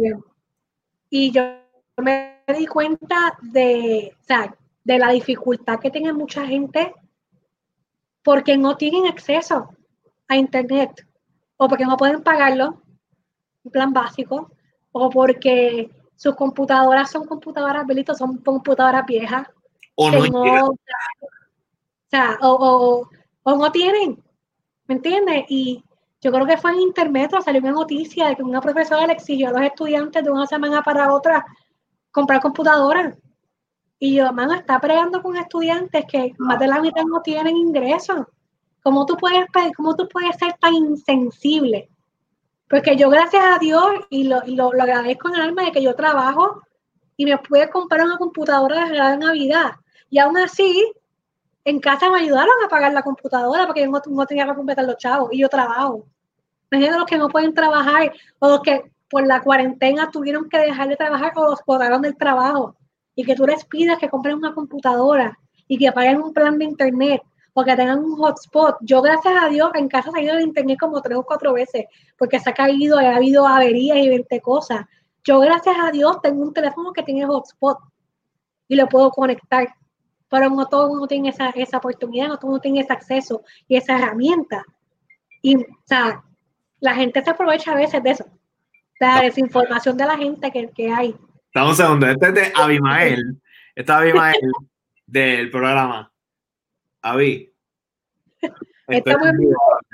y yo me di cuenta de, o sea, de la dificultad que tiene mucha gente porque no tienen acceso a internet o porque no pueden pagarlo, en plan básico, o porque sus computadoras son computadoras, Belito, son computadoras viejas. O no, no o sea, o, o, o no tienen, ¿me entiendes? Y yo creo que fue en Intermetro, salió una noticia de que una profesora le exigió a los estudiantes de una semana para otra comprar computadoras. Y yo, mano, está pregando con estudiantes que más de la mitad no tienen ingresos. ¿Cómo tú puedes, cómo tú puedes ser tan insensible? Porque yo, gracias a Dios, y lo, y lo, lo agradezco en el alma de que yo trabajo y me pude comprar una computadora de regalo de Navidad. Y aún así, en casa me ayudaron a pagar la computadora porque yo no, no tenía que completar los chavos y yo trabajo. Imagínate los que no pueden trabajar o los que por la cuarentena tuvieron que dejar de trabajar o los cortaron del trabajo y que tú les pidas que compren una computadora y que paguen un plan de internet o que tengan un hotspot. Yo, gracias a Dios, en casa he ido de internet como tres o cuatro veces porque se ha caído y ha habido averías y veinte cosas. Yo, gracias a Dios, tengo un teléfono que tiene hotspot y lo puedo conectar. Pero no todo el mundo tiene esa, esa oportunidad, no todo el mundo tiene ese acceso y esa herramienta. Y, o sea, la gente se aprovecha a veces de eso, de la desinformación de la gente que, que hay. Estamos segundo, este es de Abimael, este es Abimael del programa. Abi. Está muy vivo.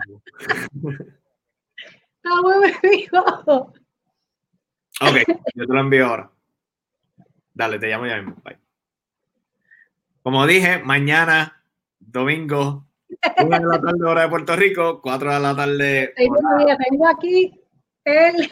Está muy vivo. Ok, yo te lo envío ahora. Dale, te llamo ya mismo. Bye. Como dije, mañana, domingo, una de la tarde hora de Puerto Rico, cuatro de la tarde. Tengo, tengo aquí el,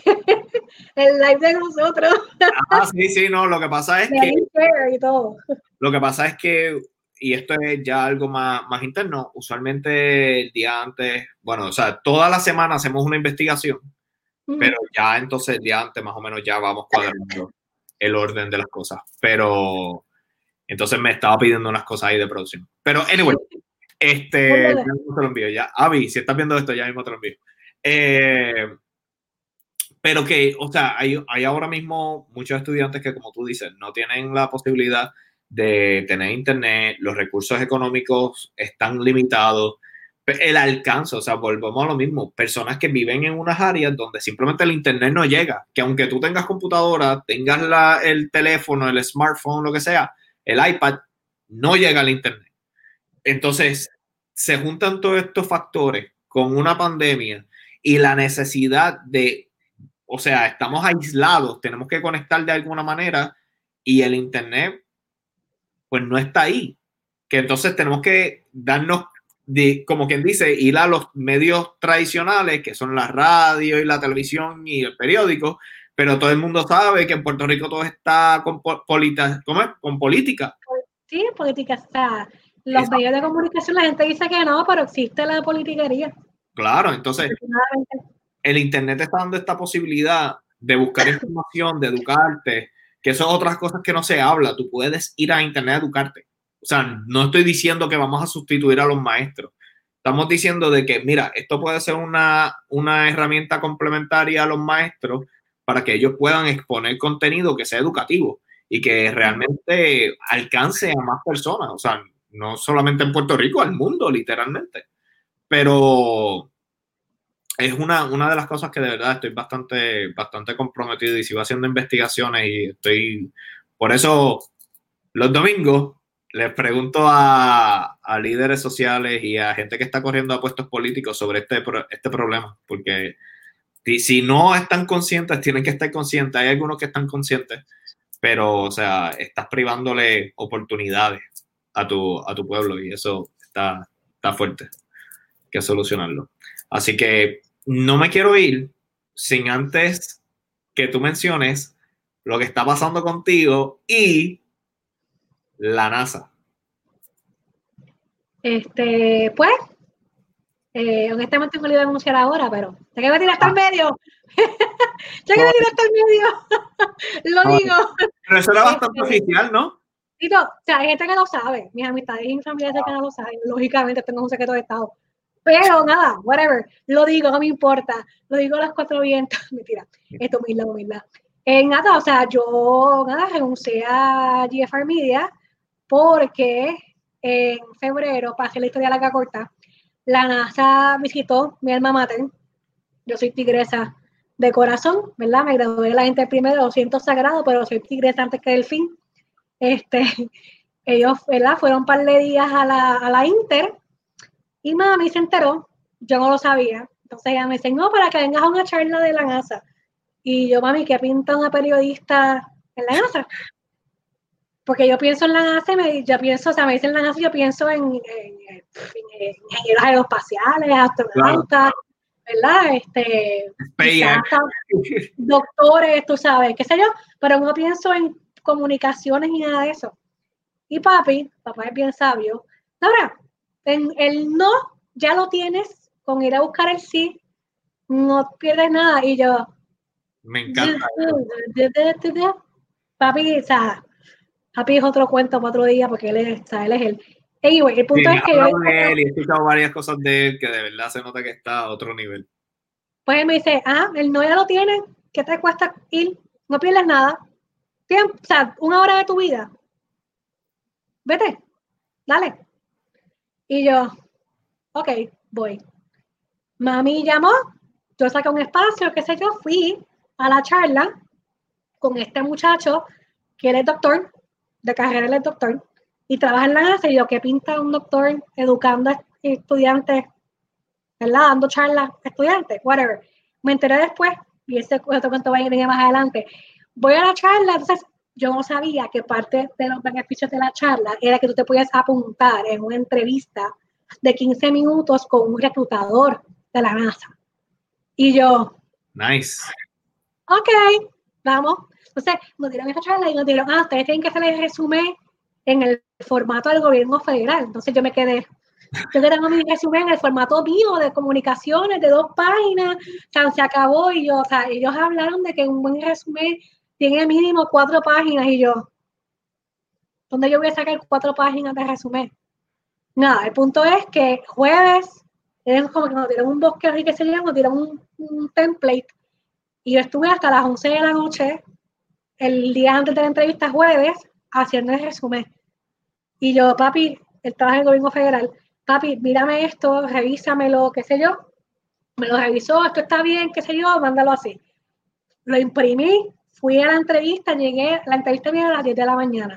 el live de nosotros. Ah, sí, sí, no, lo que pasa es que... Y todo. Lo que pasa es que, y esto es ya algo más, más interno, usualmente el día antes, bueno, o sea, toda la semana hacemos una investigación, uh-huh. Pero ya entonces el día antes más o menos ya vamos cuadrando el orden de las cosas. Pero entonces me estaba pidiendo unas cosas ahí de producción. Pero anyway, este, ya mismo te lo envío ya. Avi, si estás viendo esto, ya mismo te lo envío. Eh, pero que, o sea, hay, hay ahora mismo muchos estudiantes que, como tú dices, no tienen la posibilidad de tener internet, los recursos económicos están limitados, el alcance, o sea, volvemos a lo mismo, personas que viven en unas áreas donde simplemente el internet no llega, que aunque tú tengas computadora, tengas la, el teléfono, el smartphone, lo que sea, el iPad, no llega al internet. Entonces, se juntan todos estos factores con una pandemia y la necesidad de, o sea, estamos aislados, tenemos que conectar de alguna manera y el internet pues no está ahí. Que entonces tenemos que darnos, de, como quien dice, ir a los medios tradicionales, que son la radio y la televisión y el periódico, pero todo el mundo sabe que en Puerto Rico todo está con, polita, ¿cómo es? Con política. Sí, política. O sea, los medios de comunicación, la gente dice que no, pero existe la politiquería. Claro, entonces el internet está dando esta posibilidad de buscar información, de educarte, que son otras cosas que no se habla. Tú puedes ir a internet a educarte. O sea, no estoy diciendo que vamos a sustituir a los maestros. Estamos diciendo de que, mira, esto puede ser una, una herramienta complementaria a los maestros para que ellos puedan exponer contenido que sea educativo y que realmente alcance a más personas. O sea, no solamente en Puerto Rico, al mundo, literalmente. Pero es una, una de las cosas que de verdad estoy bastante, bastante comprometido y sigo haciendo investigaciones y estoy, por eso los domingos les pregunto a, a líderes sociales y a gente que está corriendo a puestos políticos sobre este, este problema, porque si, si no están conscientes, tienen que estar conscientes. Hay algunos que están conscientes, pero, o sea, estás privándole oportunidades a tu, a tu pueblo y eso está, está fuerte. Hay que solucionarlo. Así que no me quiero ir sin antes que tú menciones lo que está pasando contigo y la NASA. Este, pues, eh, honestamente no lo iba a anunciar ahora, pero ya que me tirar hasta el medio. ya que me tirar hasta el medio. lo no, digo. Pero eso era bastante este, oficial, ¿no? Y no, o sea, hay gente que lo sabe. Mis amistades y mis familiares wow. que no lo saben. Lógicamente tengo un secreto de estado. Pero nada, whatever. Lo digo, no me importa. Lo digo a los cuatro vientos. Mentira. Esto es humildad, humildad. Eh, nada, o sea, yo nada, renuncié a G F R Media porque en febrero, para hacer la historia larga corta, la NASA visitó mi alma mater. Yo soy tigresa de corazón, ¿verdad? Me gradué de la gente primero, lo siento sagrado, pero soy tigresa antes que el fin. Este, ellos, ¿verdad? Fueron un par de días a la, a la Inter y mami se enteró, yo no lo sabía. Entonces ella me dice, no, para que vengas a una charla de la NASA. Y yo, mami, ¿qué pinta una periodista en la NASA? Porque yo pienso en la NASA y me, yo pienso, o sea, me dicen la NASA y yo pienso en, en, en, en ingenieros aeroespaciales, astronautas, claro. ¿verdad? Este, hasta, doctores, tú sabes, qué sé yo, pero no pienso en comunicaciones ni nada de eso. Y papi, papá es bien sabio, ahora, en el no ya lo tienes, con ir a buscar el sí, no pierdes nada. Y yo, me encanta. Papi, o sea, papi es otro cuento para otro día porque él es, o sea, él es él. Anyway, el punto sí, es que yo... De él y he escuchado varias cosas de él que de verdad se nota que está a otro nivel. Pues él me dice, ah, el no ya lo tiene, ¿qué te cuesta ir? No pierdes nada. Tiempo, o sea, una hora de tu vida. Vete, dale. Y yo, ok, voy. Mami llamó, yo saqué un espacio, qué sé yo, fui a la charla con este muchacho que él es doctor, de carrera él es doctor, y trabaja en la NASA, y yo, ¿qué pinta un doctor educando a estudiantes, ¿verdad? Dando charlas a estudiantes, whatever. Me enteré después, y ese otro cuento va a ir más adelante. Voy a la charla, entonces yo no sabía que parte de los beneficios de la charla era que tú te podías apuntar en una entrevista de quince minutos con un reclutador de la NASA. Y yo, Nice. Ok, vamos. Entonces, nos dieron esta charla y nos dijeron, ah, ustedes tienen que hacer el resumen en el formato del gobierno federal. Entonces yo me quedé, yo que tengo mi resumen en el formato mío de comunicaciones de dos páginas, o sea, se acabó y yo, o sea, ellos hablaron de que un buen resumen tiene mínimo cuatro páginas y yo, ¿dónde yo voy a sacar cuatro páginas de resumen? Nada, el punto es que jueves, es como que nos dieron un bosque y que se llama, nos dieron un, un template y yo estuve hasta las once de la noche, el día antes de la entrevista, jueves, haciendo el resumen. Y yo, papi, él trabaja en el gobierno federal, papi, mírame esto, revísamelo, qué sé yo. Me lo revisó, esto está bien, qué sé yo, mándalo así. Lo imprimí, fui a la entrevista, llegué, la entrevista viene a las diez de la mañana.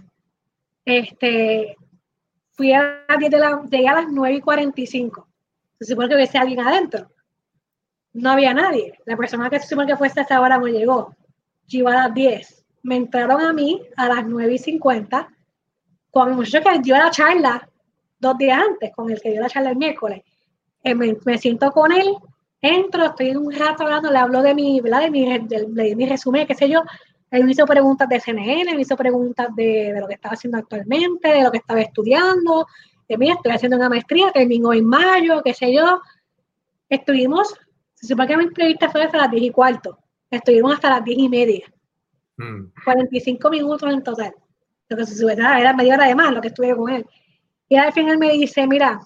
Este, fui a las diez de la, llegué a las nueve y cuarenta y cinco. Se supone que hubiese alguien adentro. No había nadie. La persona que se supone que fuese a esa hora no llegó. Yo iba a las diez. Me entraron a mí a las nueve y cincuenta con el muchacho que dio la charla dos días antes, con el que dio la charla el miércoles. Eh, me, me siento con él, entro, estoy un rato hablando, le hablo de mi, ¿verdad? De mi, de, de mi resumen, qué sé yo. Él me hizo preguntas de C N N, me hizo preguntas de, de lo que estaba haciendo actualmente, de lo que estaba estudiando, de mí, estoy haciendo una maestría, terminó en mayo, qué sé yo. Estuvimos, se supone que mi entrevista fue hasta las diez y cuarto, estuvimos hasta las diez y media, hmm. cuarenta y cinco minutos en total. Lo que se sube, era media hora de más lo que estuve con él. Y al final me dice, mira,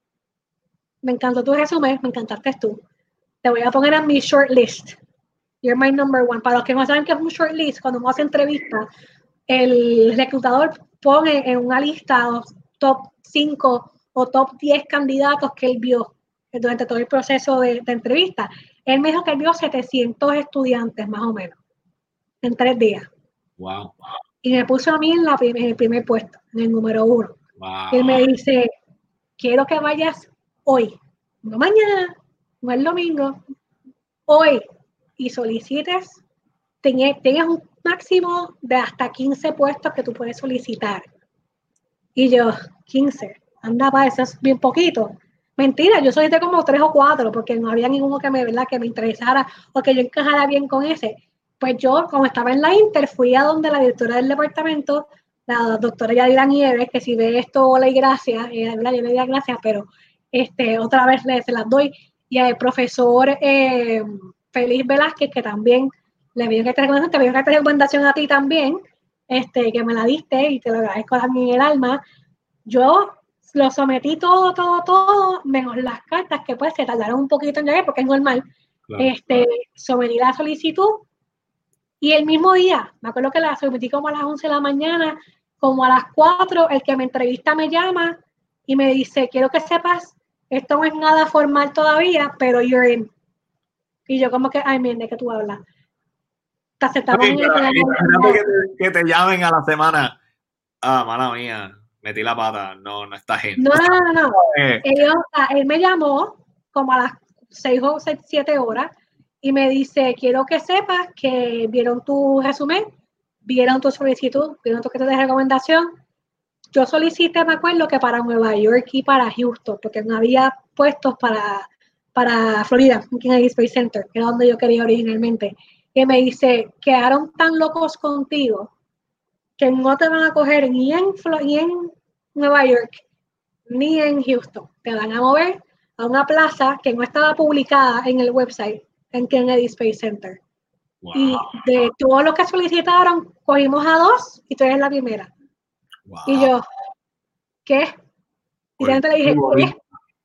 me encantó tu resumen, me encantaste tú. Te voy a poner en mi short list. You're my number one. Para los que no saben qué es un short list, cuando uno hace entrevista, el reclutador pone en una lista los top cinco o top diez candidatos que él vio durante todo el proceso de, de entrevista. Él me dijo que él vio setecientos estudiantes, más o menos, en tres días. Wow. Y me puso a mí en, la, en el primer puesto, en el número uno. Wow. Y él me dice, quiero que vayas hoy, no mañana, no el domingo, hoy, y solicites, tengas, tengas un máximo de hasta quince puestos que tú puedes solicitar. Y yo, quince, anda para eso, es bien poquito. Mentira, yo solicité como tres o cuatro, porque no había ninguno que me, ¿verdad? que me interesara o que yo encajara bien con ese. Pues yo, como estaba en la Inter, fui a donde la directora del departamento, la doctora Yadira Nieves, que si ve esto le doy gracias, eh, yo le doy gracias, pero este, otra vez le, se las doy, y al profesor eh, Félix Velázquez, que también le pido que te recomendación, te pido que te recomendación a ti también, este, que me la diste y te lo agradezco a mí en el alma. Yo lo sometí todo, todo, todo, menos las cartas que pues se tardaron un poquito en llegar porque es normal. Claro. Este, sometí la solicitud y el mismo día, me acuerdo que la sometí como a las once de la mañana, como a las cuatro, el que me entrevista me llama y me dice, quiero que sepas, esto no es nada formal todavía, pero you're in. Y yo como que, ay, mire, ¿de qué tú hablas? Te aceptamos en el no. que, te, que te llamen a la semana. Ah, mala mía, metí la pata. No, no está gente. No, no, no, no. Eh. Ellos, él me llamó como a las seis o siete horas y me dice, quiero que sepas que vieron tu resumen, vieron tu solicitud, vieron tu carta de recomendación. Yo solicité, me acuerdo, que para Nueva York y para Houston, porque no había puestos para, para Florida, en el Space Center, que era donde yo quería originalmente. Y me dice, quedaron tan locos contigo que no te van a coger ni en, ni en Nueva York ni en Houston. Te van a mover a una plaza que no estaba publicada en el website, en Kennedy Space Center. Wow. Y de todos los que solicitaron, cogimos a dos y tú eres la primera. Wow. Y yo, ¿qué? Y la gente le dije, ¿qué?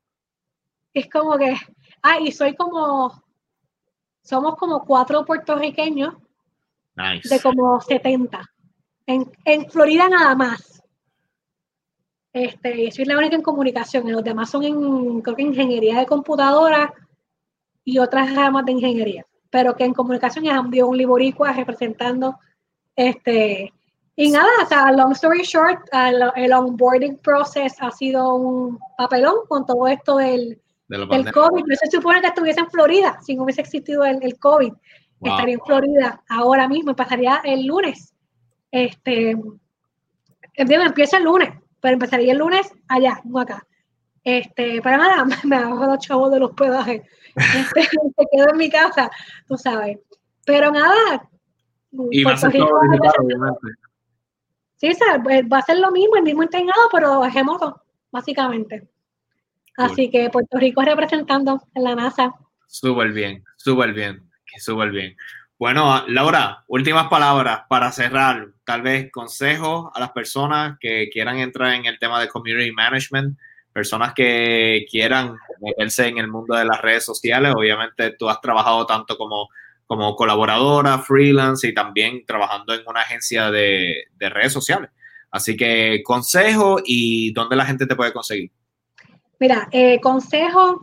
Es como que, ah, y soy como, somos como cuatro puertorriqueños, nice. De como setenta. En, en Florida nada más. Este, soy la única en comunicación, y los demás son en, creo que ingeniería de computadora y otras ramas de ingeniería, pero que en comunicación ya han un liboricua representando este, y nada, o sea, long story short, el, el onboarding process ha sido un papelón con todo esto del, de del COVID. No se supone que estuviese en Florida si no hubiese existido el, el COVID. Wow. Estaría en Florida ahora mismo, pasaría el lunes. Este, empieza el lunes, pero empezaría el lunes allá, no acá. Este, pero nada, me agarro los chavos del hospedaje. Este, me quedo en mi casa, tú sabes. Pero nada, Y va a ser todo digital, obviamente. Sí, va a ser lo mismo, el mismo internado, pero remoto, básicamente. Cool. Así que Puerto Rico representando en la NASA. Súper bien, súper bien, súper bien. Bueno, Laura, últimas palabras para cerrar. Tal vez consejos a las personas que quieran entrar en el tema de community management, personas que quieran meterse en el mundo de las redes sociales. Obviamente tú has trabajado tanto como, como colaboradora, freelance y también trabajando en una agencia de, de redes sociales. Así que consejo y dónde la gente te puede conseguir. Mira, eh, consejo,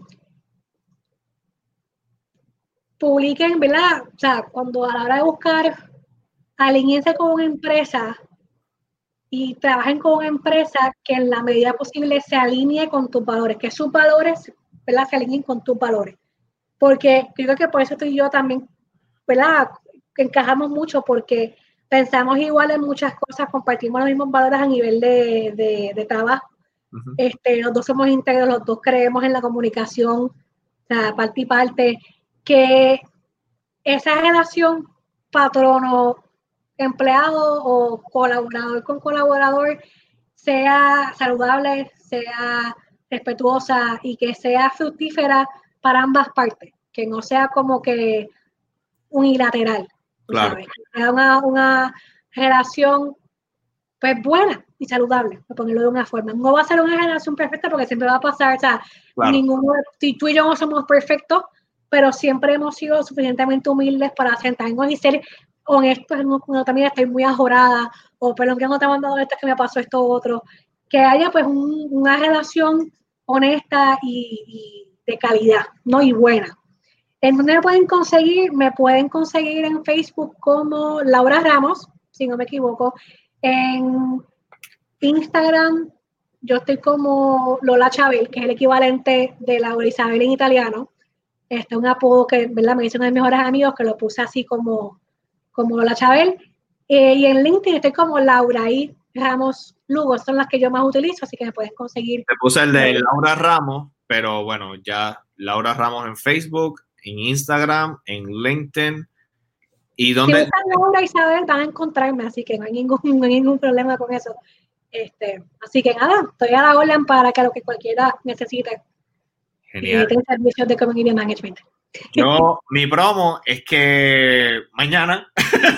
publiquen, ¿verdad? O sea, cuando a la hora de buscar, alíñense con una empresa y trabajen con una empresa que en la medida posible se alinee con tus valores, que sus valores, ¿verdad?, se alineen con tus valores. Porque creo que por eso tú y yo también, ¿verdad?, encajamos mucho porque pensamos igual en muchas cosas, compartimos los mismos valores a nivel de, de, de trabajo. Uh-huh. Este, los dos somos íntegros, los dos creemos en la comunicación, o sea, parte y parte, que esa relación patrono empleado o colaborador con colaborador sea saludable, sea respetuosa y que sea fructífera para ambas partes, que no sea como que unilateral, claro. ¿Sabes? Que sea una, una relación pues buena y saludable, por ponerlo de una forma. No va a ser una relación perfecta porque siempre va a pasar, o sea, claro. ninguno, tú y yo no somos perfectos, pero siempre hemos sido suficientemente humildes para sentarnos y ser honestos. No, también estoy muy ajorada, o perdón que no te he mandado esto, que me pasó esto otro. Que haya pues un, una relación honesta y, y de calidad, ¿no? Y buena. ¿En dónde me pueden conseguir? Me pueden conseguir en Facebook como Laura Ramos, si no me equivoco. En Instagram yo estoy como Lola Chabel, que es el equivalente de Laura Isabel en italiano. Este es un apodo que, ¿verdad?, me hizo uno de mis mejores amigos, que lo puse así como, como Lola Chabel. Eh, y en LinkedIn estoy como Laura y Ramos Lugo, son las que yo más utilizo, así que me puedes conseguir. Te puse el de Laura Ramos, pero bueno, ya Laura Ramos en Facebook, en Instagram, en LinkedIn. ¿Y dónde? Si buscan Laura Isabel van a encontrarme, así que no hay ningún, no hay ningún problema con eso. Este, así que nada, estoy a la orden para que lo que cualquiera necesite. Genial. Y tenga servicios de community management. Yo, mi promo es que mañana,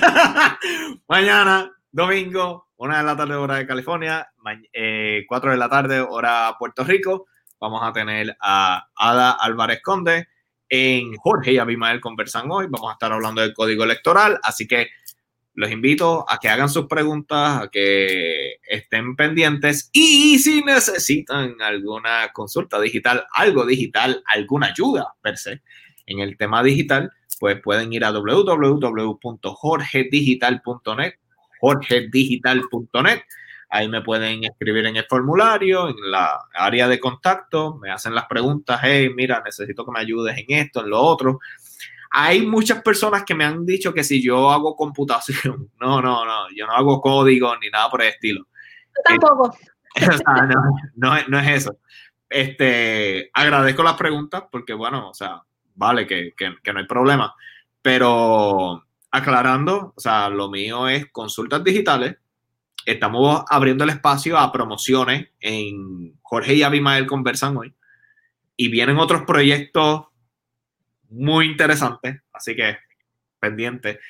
mañana, domingo, una de la tarde hora de California, eh, cuatro de la tarde hora Puerto Rico, vamos a tener a Ada Álvarez Conde en Jorge y Abimael Conversan Hoy. Vamos a estar hablando del código electoral, así que los invito a que hagan sus preguntas, a que estén pendientes y si necesitan alguna consulta digital, algo digital, alguna ayuda per se en el tema digital, pues pueden ir a w w w punto jorge digital punto net, jorge digital punto net. Ahí me pueden escribir en el formulario, en la área de contacto, me hacen las preguntas, hey, mira, necesito que me ayudes en esto, en lo otro. Hay muchas personas que me han dicho que si yo hago computación, no, no, no, yo no hago código ni nada por el estilo. Yo tampoco. Eh, o sea, no, no, no es eso. Este, agradezco las preguntas porque, bueno, o sea, vale, que, que, que no hay problema. Pero aclarando, o sea, lo mío es consultas digitales. Estamos abriendo el espacio a promociones en Jorge y Abimael Conversan Hoy. Y vienen otros proyectos muy interesante, así que pendiente.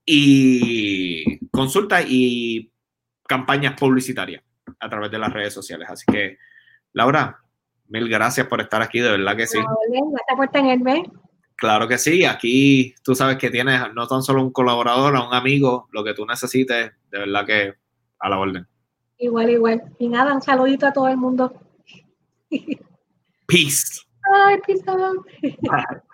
Y consulta y campañas publicitarias a través de las redes sociales. Así que, Laura, mil gracias por estar aquí, de verdad que sí. Gracias por tenerme. Claro que sí, aquí tú sabes que tienes no tan solo un colaborador, un amigo, lo que tú necesites, de verdad que a la orden. Igual, igual. Y nada, un saludito a todo el mundo. Peace. Bye, peace out.